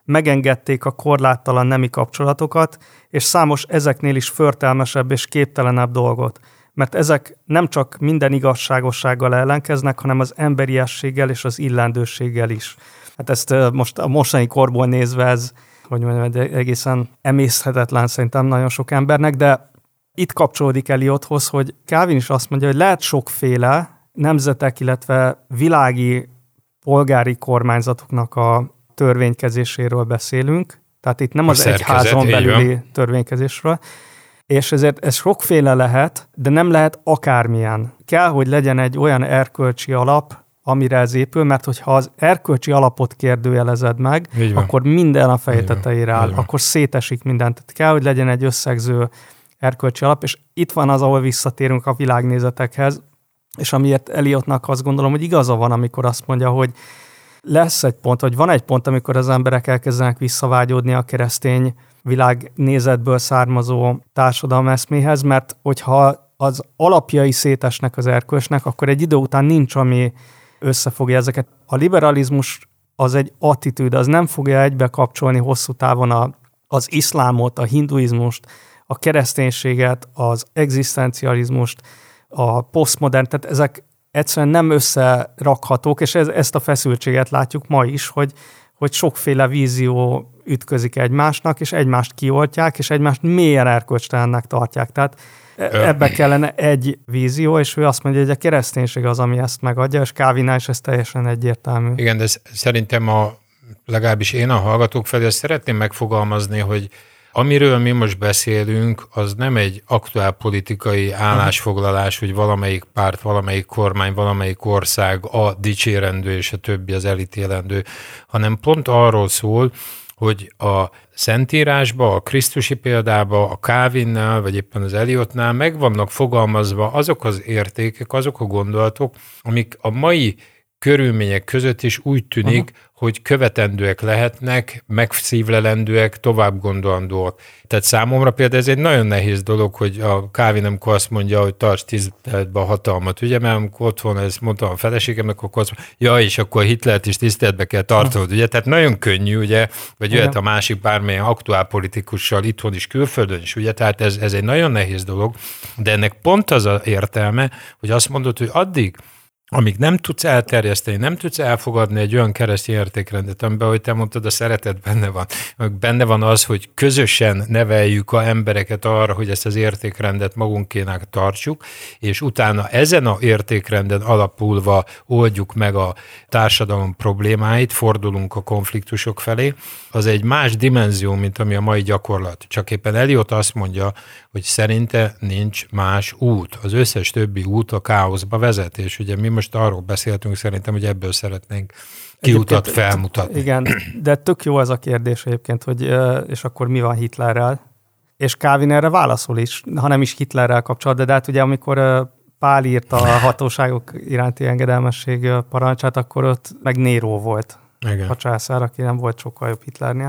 megengedték a korláttalan nemi kapcsolatokat, és számos ezeknél is förtelmesebb és képtelenebb dolgot. Mert ezek nem csak minden igazságossággal ellenkeznek, hanem az emberiességgel és az illendőséggel is. Hát ezt most a mostani korból nézve ez, hogy mondjam, egészen emészhetetlen szerintem nagyon sok embernek, de itt kapcsolódik Eliothoz, hogy Calvin is azt mondja, hogy lehet sokféle nemzetek, illetve világi polgári kormányzatoknak a törvénykezéséről beszélünk, tehát itt nem az egyházon belüli törvénykezésről, és ezért ez sokféle lehet, de nem lehet akármilyen. Kell, hogy legyen egy olyan erkölcsi alap, amire ez épül, mert hogyha az erkölcsi alapot kérdőjelezed meg, akkor minden a feje tetejére áll, akkor szétesik mindent. Tehát kell, hogy legyen egy összegző erkölcsi alap, és itt van az, ahol visszatérünk a világnézetekhez, és amiért Eliotnak azt gondolom, hogy igaza van, amikor azt mondja, hogy lesz egy pont, vagy van egy pont, amikor az emberek elkezdenek visszavágyódni a keresztény világnézetből származó társadalmi eszméhez, mert hogyha az alapjai szétesnek az erkölcsnek, akkor egy idő után nincs, ami összefogja ezeket. A liberalizmus az egy attitűd, az nem fogja egybe kapcsolni hosszú távon az iszlámot, a hinduizmust, a kereszténységet, az egzisztencializmust, a posztmodern, tehát ezek egyszerűen nem összerakhatók, és ezt a feszültséget látjuk ma is, hogy sokféle vízió ütközik egymásnak, és egymást kioltják, és egymást mélyen erkölcstelennek tartják. Tehát ebbe kellene egy vízió, és ő azt mondja, hogy a kereszténység az, ami ezt megadja, és Calvinnál is ez teljesen egyértelmű. Igen, de szerintem legalábbis én a hallgatók felé azt szeretném megfogalmazni, hogy amiről mi most beszélünk, az nem egy aktuál politikai állásfoglalás, hogy valamelyik párt, valamelyik kormány, valamelyik ország a dicsérendő, és a többi az elítélendő, hanem pont arról szól, hogy a Szentírásba, a krisztusi példába, a Calvinnál, vagy éppen az Eliotnál meg vannak fogalmazva azok az értékek, azok a gondolatok, amik a mai körülmények között is úgy tűnik, hogy követendőek lehetnek, megszívlelendőek, tovább gondolandóak. Tehát számomra például ez egy nagyon nehéz dolog, hogy a Calvin, amikor azt mondja, hogy tarts tiszteletbe a hatalmat, ugye, mert amikor otthon ezt mondtam a feleségemnek, akkor azt mondja, ja, és akkor Hitlert is tiszteletbe kell tartanod, ugye, tehát nagyon könnyű, ugye, vagy jöhet a másik bármilyen aktuál politikussal itthon is, külföldön is, ugye, tehát ez egy nagyon nehéz dolog, de ennek pont az az értelme, hogy azt mondod, hogy addig, amíg nem tudsz elterjeszteni, nem tudsz elfogadni egy olyan keresztény értékrendet, amiben, ahogy te mondtad, a szeretet benne van. Benne van az, hogy közösen neveljük az embereket arra, hogy ezt az értékrendet magunkének tartsuk, és utána ezen a értékrenden alapulva oldjuk meg a társadalom problémáit, fordulunk a konfliktusok felé. Az egy más dimenzió, mint ami a mai gyakorlat. Csak éppen Eliot azt mondja, hogy szerinte nincs más út. Az összes többi út a káoszba vezet, és ugye mi most arról beszéltünk, szerintem, hogy ebből szeretnénk kiutat felmutatni. Igen, de tök jó ez a kérdés egyébként, hogy és akkor mi van Hitlerrel? És Calvin erre válaszol is, ha nem is Hitlerrel kapcsolatban, de hát ugye amikor Pál írta a hatóságok iránti engedelmesség parancsát, akkor ott meg Néró volt. Igen. A császár, aki nem volt sokkal jobb Hitlernél.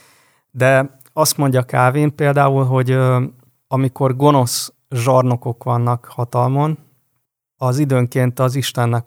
De azt mondja Calvin például, hogy amikor gonosz zsarnokok vannak hatalmon, az időnként az Istennek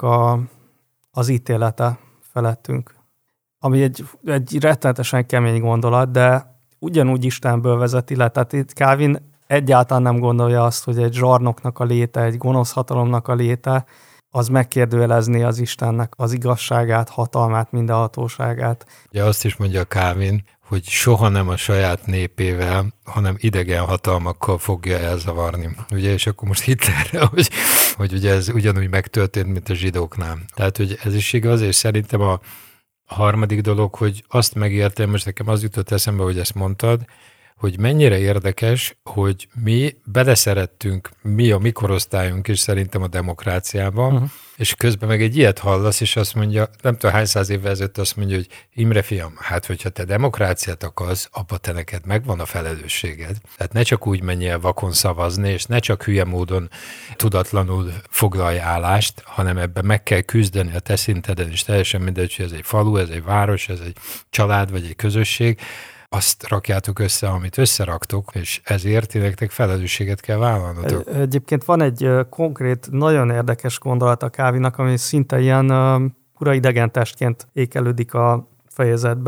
az ítélete felettünk. Ami egy rettenetesen kemény gondolat, de ugyanúgy Istenből vezeti le. Tehát itt Calvin egyáltalán nem gondolja azt, hogy egy zsarnoknak a léte, egy gonosz hatalomnak a léte, az megkérdőjelezni az Istennek az igazságát, hatalmát, mindenhatóságát. Ja, azt is mondja Calvin, hogy soha nem a saját népével, hanem idegen hatalmakkal fogja elzavarni. Ugye, és akkor most Hitlerre, hogy ugye ez ugyanúgy megtörtént, mint a zsidóknál. Tehát, hogy ez is igaz, és szerintem a harmadik dolog, hogy azt megértem, most nekem az jutott eszembe, hogy ezt mondtad, hogy mennyire érdekes, hogy mi beleszerettünk, mi a mi korosztályunk is szerintem a demokráciában, és közben meg egy ilyet hallasz, és azt mondja, nem tudom hány száz évvel ezelőtt azt mondja, hogy Imre fiam, hát hogyha te demokráciát akarsz, abba te neked megvan a felelősséged. Tehát ne csak úgy menj el vakon szavazni, és ne csak hülye módon tudatlanul foglalj állást, hanem ebben meg kell küzdeni a te szinteden is, teljesen mindegy, hogy ez egy falu, ez egy város, ez egy család, vagy egy közösség, azt rakjátok össze, amit összeraktok, és ezért nektek felelősséget kell vállalnotok. Egyébként van egy konkrét, nagyon érdekes gondolat a Calvinnak, ami szinte ilyen uraidegen testként ékelődik a fejezetbe.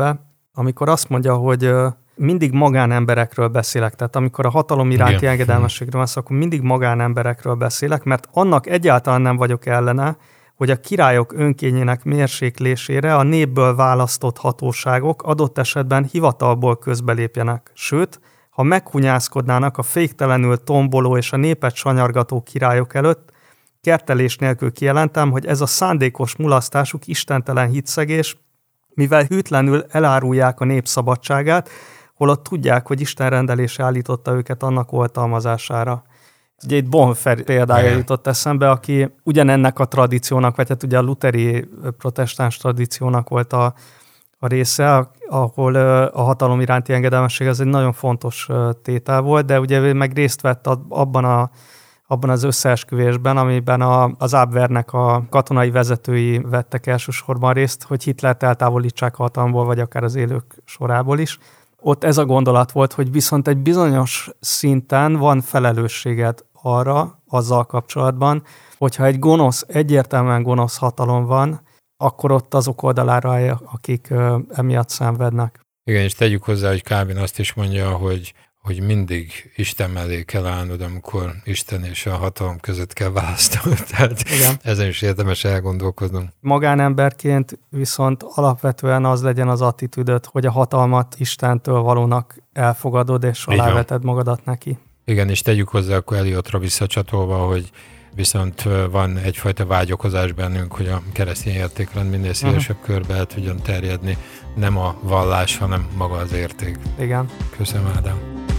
amikor azt mondja, hogy mindig magánemberekről beszélek, tehát amikor a hatalom iránti engedelmességről van szó, akkor mindig magánemberekről beszélek, mert annak egyáltalán nem vagyok ellene, hogy a királyok önkényének mérséklésére a népből választott hatóságok adott esetben hivatalból közbelépjenek. Sőt, ha meghunyászkodnának a féktelenül tomboló és a népet sanyargató királyok előtt, kertelés nélkül kijelentem, hogy ez a szándékos mulasztásuk istentelen hitszegés, mivel hűtlenül elárulják a nép szabadságát, holott tudják, hogy Isten rendelése állította őket annak oltalmazására. Ugye itt Bonhoeffer példája jutott eszembe, aki ugyanennek a tradíciónak, vagy hát ugye a lutheri protestáns tradíciónak volt a része, ahol a hatalom iránti engedelmesség az egy nagyon fontos tétel volt, de ugye meg részt vett abban az összeesküvésben, amiben az Abwehrnek a katonai vezetői vettek elsősorban részt, hogy Hitlert eltávolítsák a hatalomból, vagy akár az élők sorából is. Ott ez a gondolat volt, hogy viszont egy bizonyos szinten van felelősséged arra, azzal kapcsolatban, hogyha egy egyértelműen gonosz hatalom van, akkor ott azok oldalára állj, akik emiatt szenvednek. Igen, és tegyük hozzá, hogy Calvin azt is mondja, hogy mindig Isten mellé kell állnod, amikor Isten és a hatalom között kell választanod. Tehát igen. Ezen is érdemes elgondolkodnunk. Magánemberként viszont alapvetően az legyen az attitűdöd, hogy a hatalmat Istentől valónak elfogadod, és aláveted magadat neki. Igen, és tegyük hozzá akkor Eliotra visszacsatolva, hogy viszont van egyfajta vágyakozás bennünk, hogy a keresztény értékrend minél szélesebb körbe el tudjon terjedni. Nem a vallás, hanem maga az érték. Igen. Köszönöm, Ádám.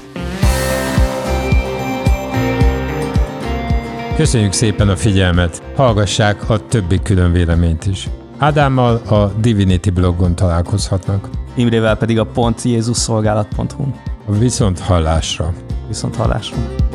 Köszönjük szépen a figyelmet! Hallgassák a többi külön véleményt is. Ádámmal a Divinity blogon találkozhatnak. Imrével pedig a pontjézusszolgálat.hu-n. Viszont hallásra! Viszont hallásra!